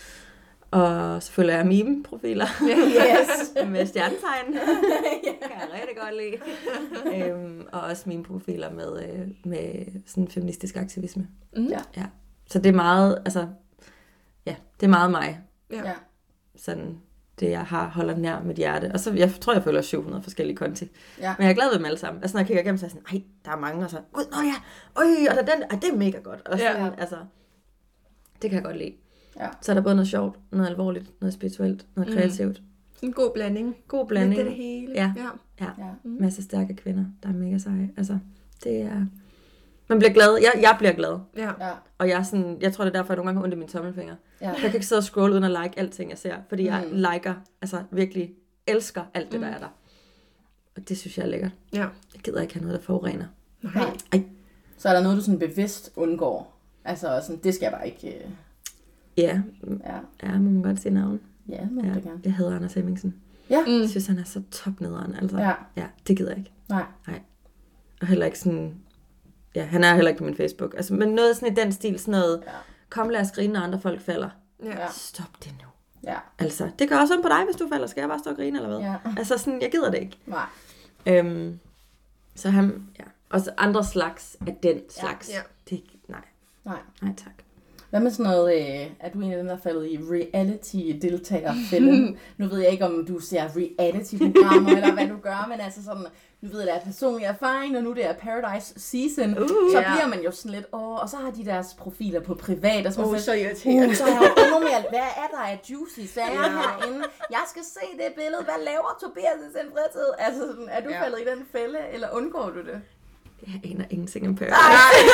Og så følger jeg meme-profiler med stjernetegn. Kan jeg rigtig godt lide. Og også meme-profiler med sådan feministisk aktivisme. Ja. Så det er meget, det er meget mig. Ja. Sådan det, jeg holder nær mit hjerte. Og så, jeg tror, jeg følger 700 forskellige konti. Ja. Men jeg er glad ved dem alle sammen. Altså, når jeg kigger igennem, så er jeg sådan, der er mange, og så, gud, nå ja, og der er den, det er mega godt. Og sådan, det kan jeg godt lide. Ja. Så er der både noget sjovt, noget alvorligt, noget spirituelt, noget kreativt. En god blanding. God blanding. Det hele. Ja. Masse stærke kvinder, der er mega seje. Altså, det er... Man bliver glad. Jeg bliver glad. Ja. Og jeg tror, det er derfor, jeg nogle gange har ondt i mine tommelfinger. Ja. Jeg kan ikke sidde og scrolle uden at like alting, jeg ser. Fordi jeg liker, altså virkelig elsker alt det, der er der. Og det synes jeg er lækkert. Ja. Jeg gider ikke have noget, der forurener. Nej. Så er der noget, du sådan bevidst undgår? Altså, sådan, det skal jeg bare ikke... Ja, må man godt sige navn. Ja, må man gerne. Jeg hedder Anders Hemmingsen. Ja. Jeg synes, han er så topnederen. Altså. Ja, det gider jeg ikke. Nej. Og heller ikke sådan... Ja, han er heller ikke på min Facebook. Altså, men noget sådan i den stil, sådan noget... Kom, lad os grine, når andre folk falder. Ja. Stop det nu. Ja. Altså, det gør også sådan på dig, hvis du falder. Skal jeg bare stå og grine, eller hvad? Ja. Altså, sådan, jeg gider det ikke. Nej. Så han... Ja. Også andre slags af den slags. Ja. Det, nej, tak. Hvad med sådan noget, er du en af dem, der er faldet i reality-deltagerfælden? Nu ved jeg ikke, om du ser reality-programmer, eller hvad du gør, men altså sådan, nu ved jeg, der er personlig erfaring, og nu det er Paradise Season, så bliver man jo sådan lidt, og så har de deres profiler på privat, og så så irriterende. Så er jeg jo endnu mere, hvad er der af juicy sager herinde? Jeg skal se det billede, hvad laver Tobias i sin fritid? Altså sådan, er du faldet i den fælde, eller undgår du det? Jeg aner ingenting om Paradise.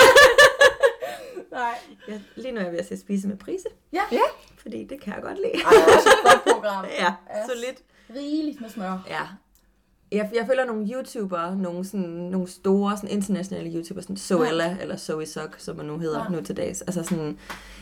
Nej. Lige nu er jeg ved at se Spise med Prise. Ja. Fordi det kan jeg godt lide. Det er også et godt program. Ja, solidt. Rigeligt med smør. Ja. Jeg følger nogle YouTubere, nogle store sådan internationale YouTubere, sådan Zoella eller Zoe Sok, som man nu hedder nu til dags. Altså sådan,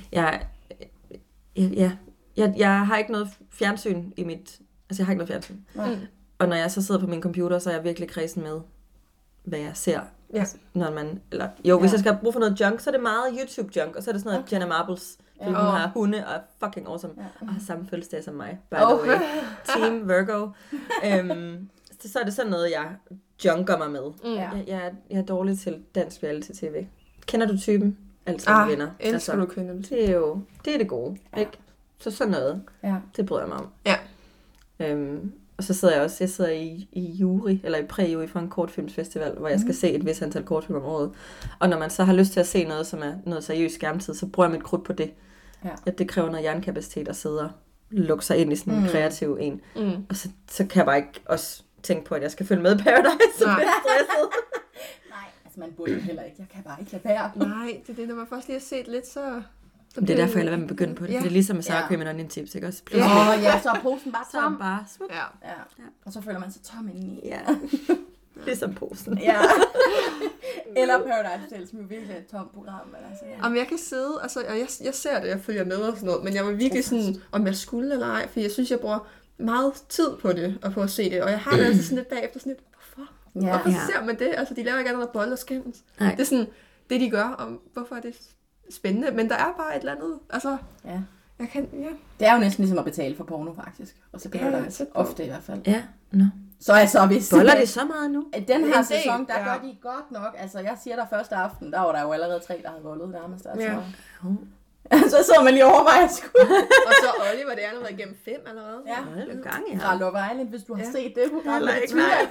jeg har ikke noget fjernsyn i mit... Altså jeg har ikke noget fjernsyn. Og når jeg så sidder på min computer, så er jeg virkelig kredsen med, hvad jeg ser. Ja. Når man, hvis jeg skal bruge for noget junk, så er det meget YouTube-junk, og så er det sådan noget Jenna Marbles, fordi hun har hunde og er fucking awesome, og har samme fødselsdag som mig, by the way. Team Virgo. Så er det sådan noget, jeg junker mig med. Jeg er dårlig til dansk reality-tv. Kender du typen? Altså venner. Elsker du kvinder? Det er det gode, ikke? Så sådan noget, det bryder jeg mig om. Ja. Og så sidder jeg i jury, eller i præ-jury for en kortfilmsfestival, hvor jeg skal se et vis antal kortfilm om året. Og når man så har lyst til at se noget, som er noget seriøst skærmtid, så bruger jeg mit krudt på det. Ja. At det kræver noget hjernekapacitet at sidde og lukke sig ind i sådan en kreativ en. Og så kan jeg bare ikke også tænke på, at jeg skal følge med Paradise, så bliver jeg stresset. Nej, altså man burde heller ikke. Jeg kan bare ikke lade være. Nej, det er det, når man først lige har set lidt, så... Det er derfor, jeg lader være med at begynde på det. Det er ligesom med Sarah Cream and Onion Tips, ikke også? Så er posen bare tom. Ja. Og så føler man sig tom indeni. Ja. Ligesom posen. Ja. Eller Paradise Hotel, som jo virkelig er et tomt program. Men altså, Jamen, jeg kan sidde, altså, og jeg ser det, jeg følger med og sådan noget, men jeg var virkelig sådan, om jeg skulle eller ej, for jeg synes, jeg bruger meget tid på det, og på at se det, og jeg har det altså sådan lidt bagefter, sådan lidt, hvorfor? Hvorfor ser man det? Altså, de laver ikke andet at bolle og skændes. Det er sådan, det de gør, og hvorfor er det spændende, men der er bare et eller andet, altså, Det er jo næsten ligesom at betale for porno, faktisk, og så bliver der ofte i hvert fald. Ja, Så hvis... Boller det så meget nu? Den her sæson, der gør de godt nok, altså jeg siger der første aften, der var der jo allerede 3, der havde voldet nærmest, altså. Så sidder man lige og overvejer at skulle. Og så Oliver, det er noget igennem 5 allerede. Ja. Fra Love Island, hvis du har set det program. Nej.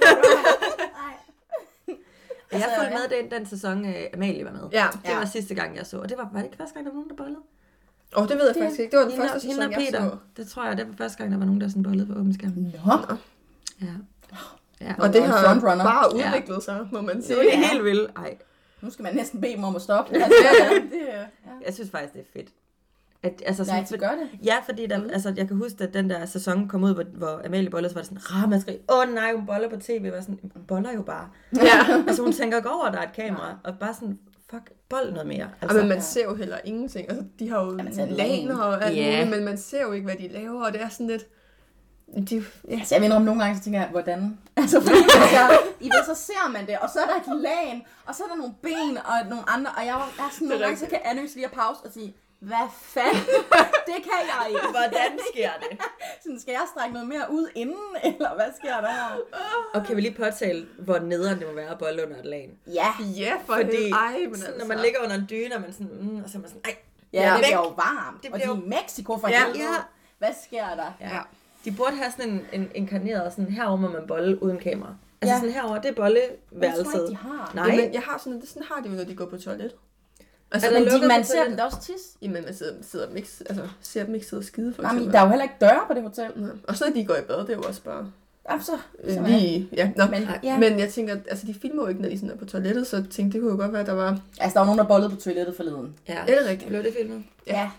Jeg har fulgt med den sæson, Amalie var med. Ja. Det var sidste gang, jeg så. Og det var det ikke første gang, der var nogen, der bollede? Det ved jeg faktisk ikke. Det var den første sæson, jeg så. Det tror jeg, det var første gang, der var nogen, der sådan bollede på åben skærm. Nå. Ja. Og det har bare udviklet sig, må man sige. Det er helt vildt. Ej. Nu skal man næsten bede dem om at stoppe. Jeg synes faktisk, det er fedt. Så gør det. Ja, fordi jeg kan huske, at den der sæson kom ud, hvor Amalie bollede, så var det sådan, ramaskrig. Nej, hun boller på tv. Var sådan, hun boller jo bare. Ja. Hun tænker ikke over, at der er et kamera. Og bare sådan, fuck, bold noget mere. Men man ser jo heller ingenting. Altså, de har jo laner og alt muligt, men man ser jo ikke, hvad de laver. Og det er sådan lidt... Altså, jeg mener om nogle gange, så tænker jeg, hvordan? Altså, fordi så ser man det, og så er der et lagen, og så er der nogle ben og nogle andre, og jeg er sådan nogle gange, så kan Anne lige pause og sige, hvad fanden? Det kan jeg ikke. Hvordan sker det? Sådan, skal jeg strække noget mere ud inden, eller hvad sker der her? Og kan vi lige påtale, hvor nederen det må være at bolle under et lagen? Ja, fordi når man ligger under en dyne, og man sådan, og så er man sådan, ej. Ja, det bliver jo varmt, og de er i Mexico for helvede. Hvad sker der? Ja. De burde have sådan en inkarneret, sådan herover må man bolle uden kamera. Altså sådan herover, det er bolleværelset. Jeg tror ikke, de har. Nej. Jamen, jeg har sådan har de jo, når de går på toilet. Altså, men man ser dem da også tis. Jamen, man ser dem ikke sidde og skide, for eksempel. Der er jo heller ikke døre på det hotel. Ja. Og så når de går i bad, det er jo også bare... Men jeg tænker, altså de filmer jo ikke, når de sådan er på toilettet, så jeg tænkte, det kunne jo godt være, at der var... Altså, der var nogen, der bollede på toilettet forleden. Ja, er det rigtigt? Blev det filmet? Ja.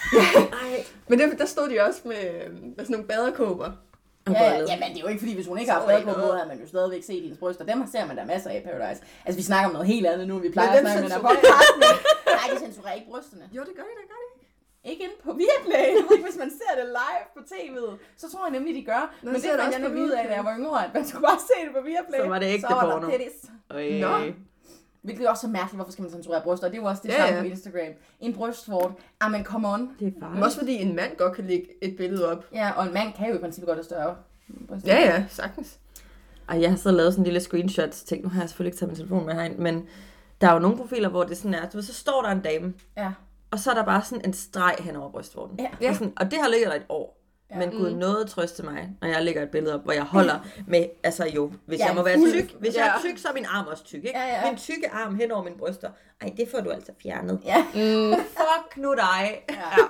Men der stod de også med sådan nogle baderkåber. Ja, men det er jo ikke fordi, hvis hun ikke har baderkåber, havde man jo stadigvæk set hendes bryster. Dem ser man der masser af i Paradise. Altså, vi snakker om noget helt andet nu, vi plejer at snakke med den her podcast. Nej, de censurerer ikke brysterne. Jo, det gør de. Ikke inde på Viaplay. Hvis man ser det live på tv'et, så tror jeg nemlig, de gør. Men det fandt jeg nemlig ud af, da jeg var yngre, at man skulle bare se det på Viaplay. Så var det ikke det porno. Nå. Hvilket er også så mærkeligt, hvorfor skal man censurere bryster? Det er jo også det samme på Instagram. En brystvort. Men come on. Det er farligt. Men også fordi en mand godt kan lægge et billede op. Ja, og en mand kan jo i princippet godt have større bryster. Ja, sagtens. Og jeg har så lavet sådan en lille screenshot. Tænkte, nu har jeg selvfølgelig ikke taget min telefon med herind, men der er jo nogle profiler, hvor det sådan er, så står der en dame. Ja. Og så er der bare sådan en streg hen over brystvorten. Ja. Og det har ligget der et år. Ja. Men Gud nåede trøste mig, når jeg lægger et billede op, hvor jeg holder med, altså jo, hvis jeg må være tyk, hvis jeg er tyk, så er min arm også tyk, ikke? Min tykke arm hen over mine bryster, ej, det får du altså fjernet. Ja. Fuck nu dig. Ja.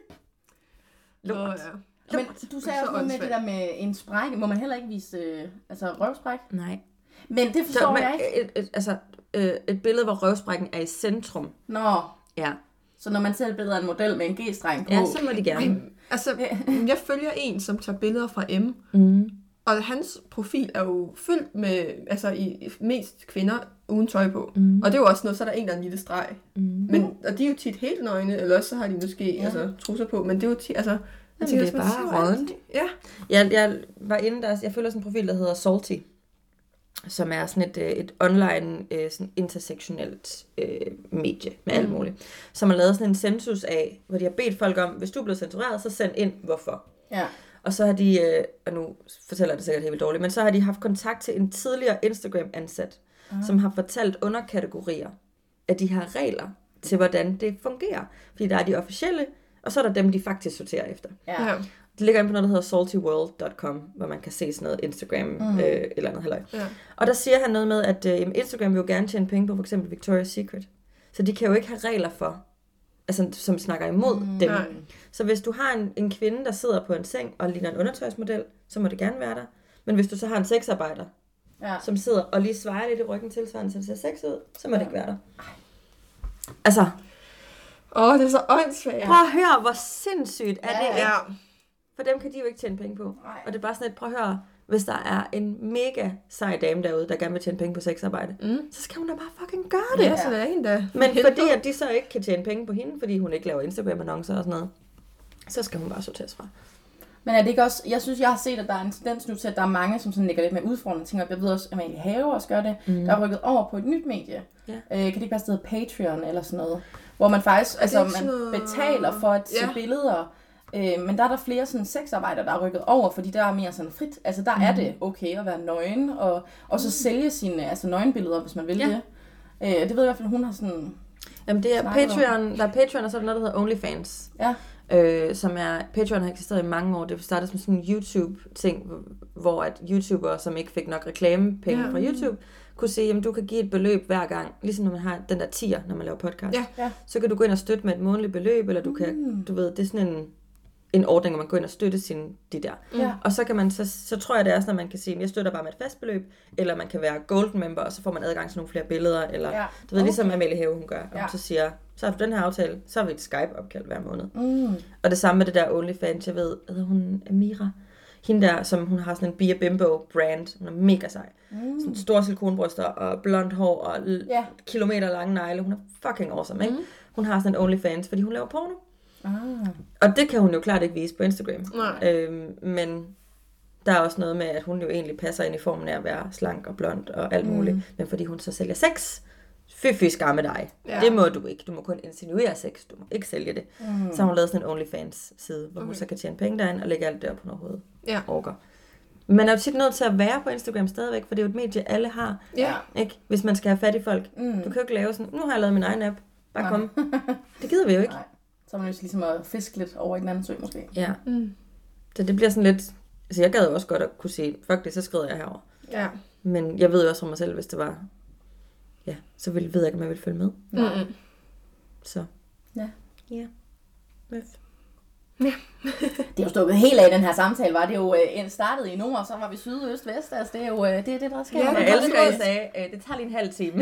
Lort. Men du sagde også noget med det der med en sprække, må man heller ikke vise, røvspræk? Nej. Men det forstår jeg ikke. Et billede, hvor røvsprækken er i centrum. Nå. Ja. Så når man ser et billede af en model med en G-streng på... Ja, så må de gerne. Jeg følger en, som tager billeder fra M. Og hans profil er jo fyldt med, mest kvinder uden tøj på. Og det er jo også noget, så er der en, der er en lille streg. Og de er jo tit helt nøgne, eller også så har de måske trusser på. Men det er jo tit, det er bare rådent. Ja. Jeg var inde der, jeg følger sådan en profil, der hedder Salty. Som er sådan et online sådan intersektionelt medie med alt muligt. Som har lavet sådan en census af, hvor de har bedt folk om, hvis du er blevet censureret, så send ind, hvorfor. Ja. Og så har de, og nu fortæller jeg det sikkert helt vildt dårligt, men så har de haft kontakt til en tidligere Instagram-ansat, som har fortalt underkategorier af de her regler til, hvordan det fungerer. Fordi der er de officielle, og så er der dem, de faktisk sorterer efter. Ja. Det ligger inde på noget, der hedder saltyworld.com, hvor man kan se sådan noget Instagram eller andet halløj. Ja. Og der siger han noget med, at Instagram vil jo gerne tjene penge på for eksempel Victoria's Secret. Så de kan jo ikke have regler for, som snakker imod dem. Nej. Så hvis du har en kvinde, der sidder på en seng og ligner en undertøjsmodel, så må det gerne være der. Men hvis du så har en sexarbejder, som sidder og lige svejer lidt i ryggen tilsvarende, så det ser sex ud, så må det ikke være der. Altså... det er så åndssvagt. Prøv at høre, hvor sindssygt er det. Ja. For dem kan de jo ikke tjene penge på. Nej. Og det er bare sådan et, prøv at høre, hvis der er en mega sej dame derude, der gerne vil tjene penge på sexarbejde, så skal hun da bare fucking gøre det. Ja, så det er en, der... Men fordi at de så ikke kan tjene penge på hende, fordi hun ikke laver Instagram-annoncer og sådan noget, så skal hun bare sorteres fra. Men er det ikke også, jeg synes, jeg har set, at der er en tendens nu til, at der er mange, som sådan ligger lidt med udfordrende ting op. Jeg ved også, at Amalie Have også gør det. Der er rykket over på et nyt medie. Ja. Kan det ikke være stedet Patreon eller sådan noget? Hvor man faktisk, man betaler for at se billeder. Men der er der flere sådan sexarbejdere, der er rykket over, fordi der er mere sådan frit. Altså der er det okay at være nøgen, og så sælge sine nøgenbilleder, hvis man vil det. Det ved jeg i hvert fald, hun har sådan... Jamen det er Patreon, der er Patreon, og så er der noget, der hedder OnlyFans. Ja. Som er, Patreon har eksisteret i mange år. Det startede som sådan en YouTube-ting, hvor at YouTubere, som ikke fik nok reklamepenge fra YouTube, kunne sige, at du kan give et beløb hver gang, ligesom når man har den der tier, når man laver podcast. Ja. Så kan du gå ind og støtte med et månedligt beløb, eller du kan, du ved, det er sådan en ordning, hvor man går ind og støtte de der. Ja. Og så kan man, så tror jeg det er sådan, at man kan sige, at jeg støtter bare med et fast beløb, eller man kan være golden member, og så får man adgang til nogle flere billeder, eller du ved, ligesom Amalie Have, hun gør. Og så siger, så har du den her aftale, så har vi et Skype-opkald hver måned. Og det samme med det der OnlyFans, jeg ved, hedder hun Amira? Hende der, som hun har sådan en Bia Bimbo brand, hun er mega sej. Sådan store silikonbryster og blondt hår og kilometer lange negle. Hun er fucking awesome, ikke? Hun har sådan en OnlyFans, fordi hun laver porno. Og det kan hun jo klart ikke vise på Instagram. Men der er også noget med, at hun jo egentlig passer ind i formen af at være slank og blond og alt muligt. Men fordi hun så sælger sex, fy skamme dig. Det må du ikke. Du må kun insinuere sex. Du må ikke sælge det. Så har hun lavet sådan en OnlyFans-side, hvor hun så kan tjene penge derinde og lægge alt det op, hun overhovedet orker. Man er jo tit nødt til at være på Instagram stadigvæk, for det er jo et medie, alle har. Ikke? Hvis man skal have fat i folk. Du kan jo ikke lave sådan, nu har jeg lavet min egen app. Bare kom. Det gider vi jo ikke. Nej. Så er man jo ligesom at fiske lidt over i den anden sø, måske. Ja. Så det bliver sådan lidt... Altså, jeg gad jo også godt at kunne sige, fuck det, så skrider jeg herover. Ja. Men jeg ved jo også fra mig selv, hvis det var... Ja, så ved jeg ikke, om jeg ville følge med. Så. Ja. Ja. Det er jo stukket helt af den her samtale, var det jo startede i nord, og så var vi syd, øst, vest. Altså, det er jo det, der sker. Ja, jeg elsker, at I sagde, det tager lige en halv time.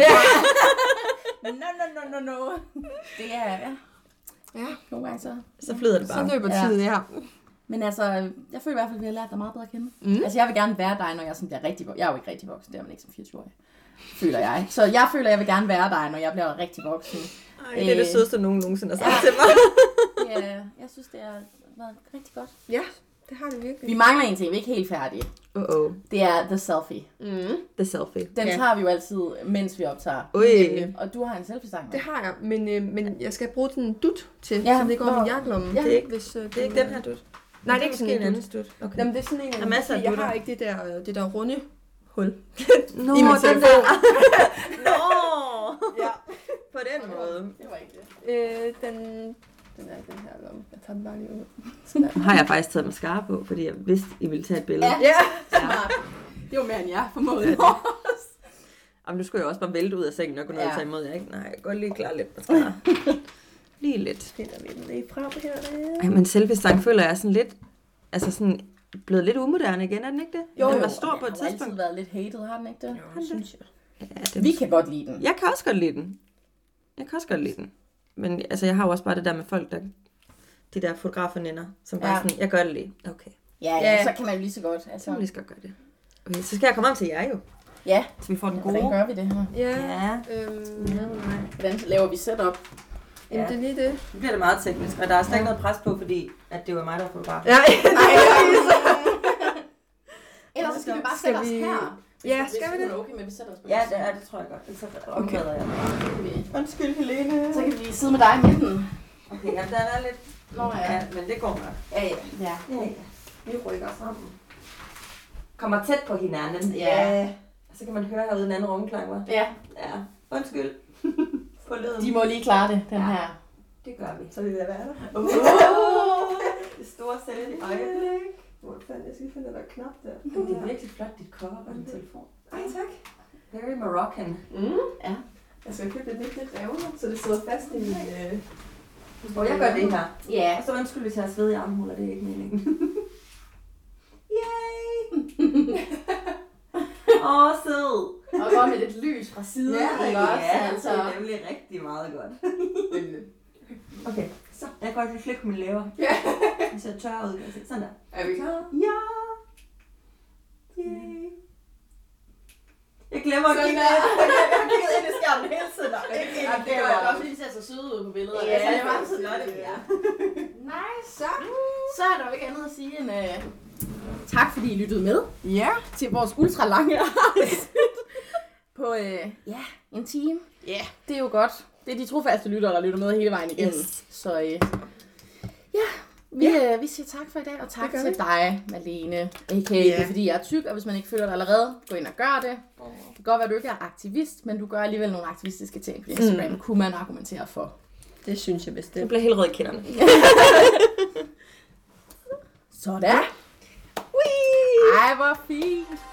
No. Det er, ja. Nogle gange så flyder det bare. Så løber tiden, Men altså, jeg føler i hvert fald, at vi har lært dig meget bedre at kende. Altså, jeg vil gerne være dig, når jeg sådan bliver rigtig voksen. Jeg er jo ikke rigtig voksen, det er man ikke som 24-årig. Føler jeg. Så jeg føler, at jeg vil gerne være dig, når jeg bliver rigtig voksen. Det er det sødeste, nogen nogensinde har sagt til mig. Ja, jeg synes, det har været rigtig godt. Ja, det har det virkelig. Vi mangler en ting, vi er ikke helt færdige. Det er the selfie. The selfie. Den tager vi jo altid, mens vi optager. Og du har en selfie-sang. Det har jeg, men jeg skal bruge den dut til, så det går i min jakkelomme. Det er ikke den her dut. Nej, det er ikke sådan en anden dut. Okay. Jamen, det er sådan en, der er masser af jeg har ikke det der runde hul. Nå, den der. Nå! Ja. På den måde. Det var ikke det. Den er den her lomme. Jeg tager den bare lige ud. Sådan der. Nu har jeg faktisk taget mascara på, fordi jeg vidste, I ville tage et billede. Ja. Det var mere end jeg formåede. Jamen, nu skulle jeg også bare vælte ud af sengen og gå ned og tage imod jer, ikke? Nej, jeg går lige klar lidt mascara. Lige lidt. Finder vi den lige frem her. Ej, men selfie-sang føler jeg sådan lidt, altså sådan blevet lidt umoderne igen, er den ikke det? Jo, den var stor på et tidspunkt. Den har altid været lidt hated, har den ikke det? Jo, synes jeg. Ja, vi kan godt lide den. Jeg kan også godt lide den. Men altså, jeg har jo også bare det der med folk, der de der fotografveninder, som bare sådan, jeg gør det lige. Okay. Ja, så kan man jo lige så godt. Altså. Så kan man lige så godt gøre det. Okay, så skal jeg komme om til jer jo. Ja. Så vi får den gode. Hvordan gør vi det her? Ja. Hvordan laver vi setup? Jamen, det er lige det. Nu bliver det meget teknisk, og der er slet ikke noget pres på, fordi at det var mig, der var fotograf. Ja. Ellers skal vi bare sætte os her. Ja, skal vi det? Okay, men vi sætter os på det tror jeg godt. Så omklæder jeg mig. Undskyld, Helene. Så kan vi sidde med dig i midten. Okay, ja, den er lidt... ja, men det går nok. Ja. Vi rykker sammen. Kommer tæt på hinanden. Ja. Så kan man høre herude en anden rumklang, hva'? Ja. Undskyld. På lyden. De må lige klare det, den her. Det gør vi. Så vil jeg være der. Det store selv i øjeblik. Hvor fanden, jeg skal finde den der knap der. Det er virkelig flot, dit cover på din telefon. Ej, tak. Very Moroccan. Ja. Jeg skal købe lidt revner, så det sidder fast i min... Og jeg gør det her. Ja. Og så undskyld, hvis jeg har sved i armhuler, det er ikke meningen. Yay! Sød. Og godt med lidt lys fra siden. Altså. Det er nemlig rigtig meget godt. Okay, så. Jeg kan godt lige flikke på mine læber. Ja. Jeg ser tør ud. Sådan der. Er vi klar? Ja! Yay! Jeg glemmer at kigge ind. Jeg har kigget ind i skærmen hele tiden. Det var også lige så søde ud på billeder. Ja, det var så godt. Nice. Så er der jo ikke andet at sige end tak, fordi I lyttede med. Ja. Til vores ultra lange afsnit på en time. Ja. Det er jo godt. Det er de trofaste lyttere, der lytter med hele vejen igennem. Yes. Så Vi siger tak for i dag, og tak til dig, Malene. A.k.a. det er fordi, jeg er tyk, og hvis man ikke føler det allerede, gå ind og gør det. Det kan godt være, at du ikke er aktivist, men du gør alligevel nogle aktivistiske ting på Instagram. Kunne man argumentere for. Det synes jeg bestemt. Det bliver helt rød i kinderne. Sådan. Ej, hvor fint.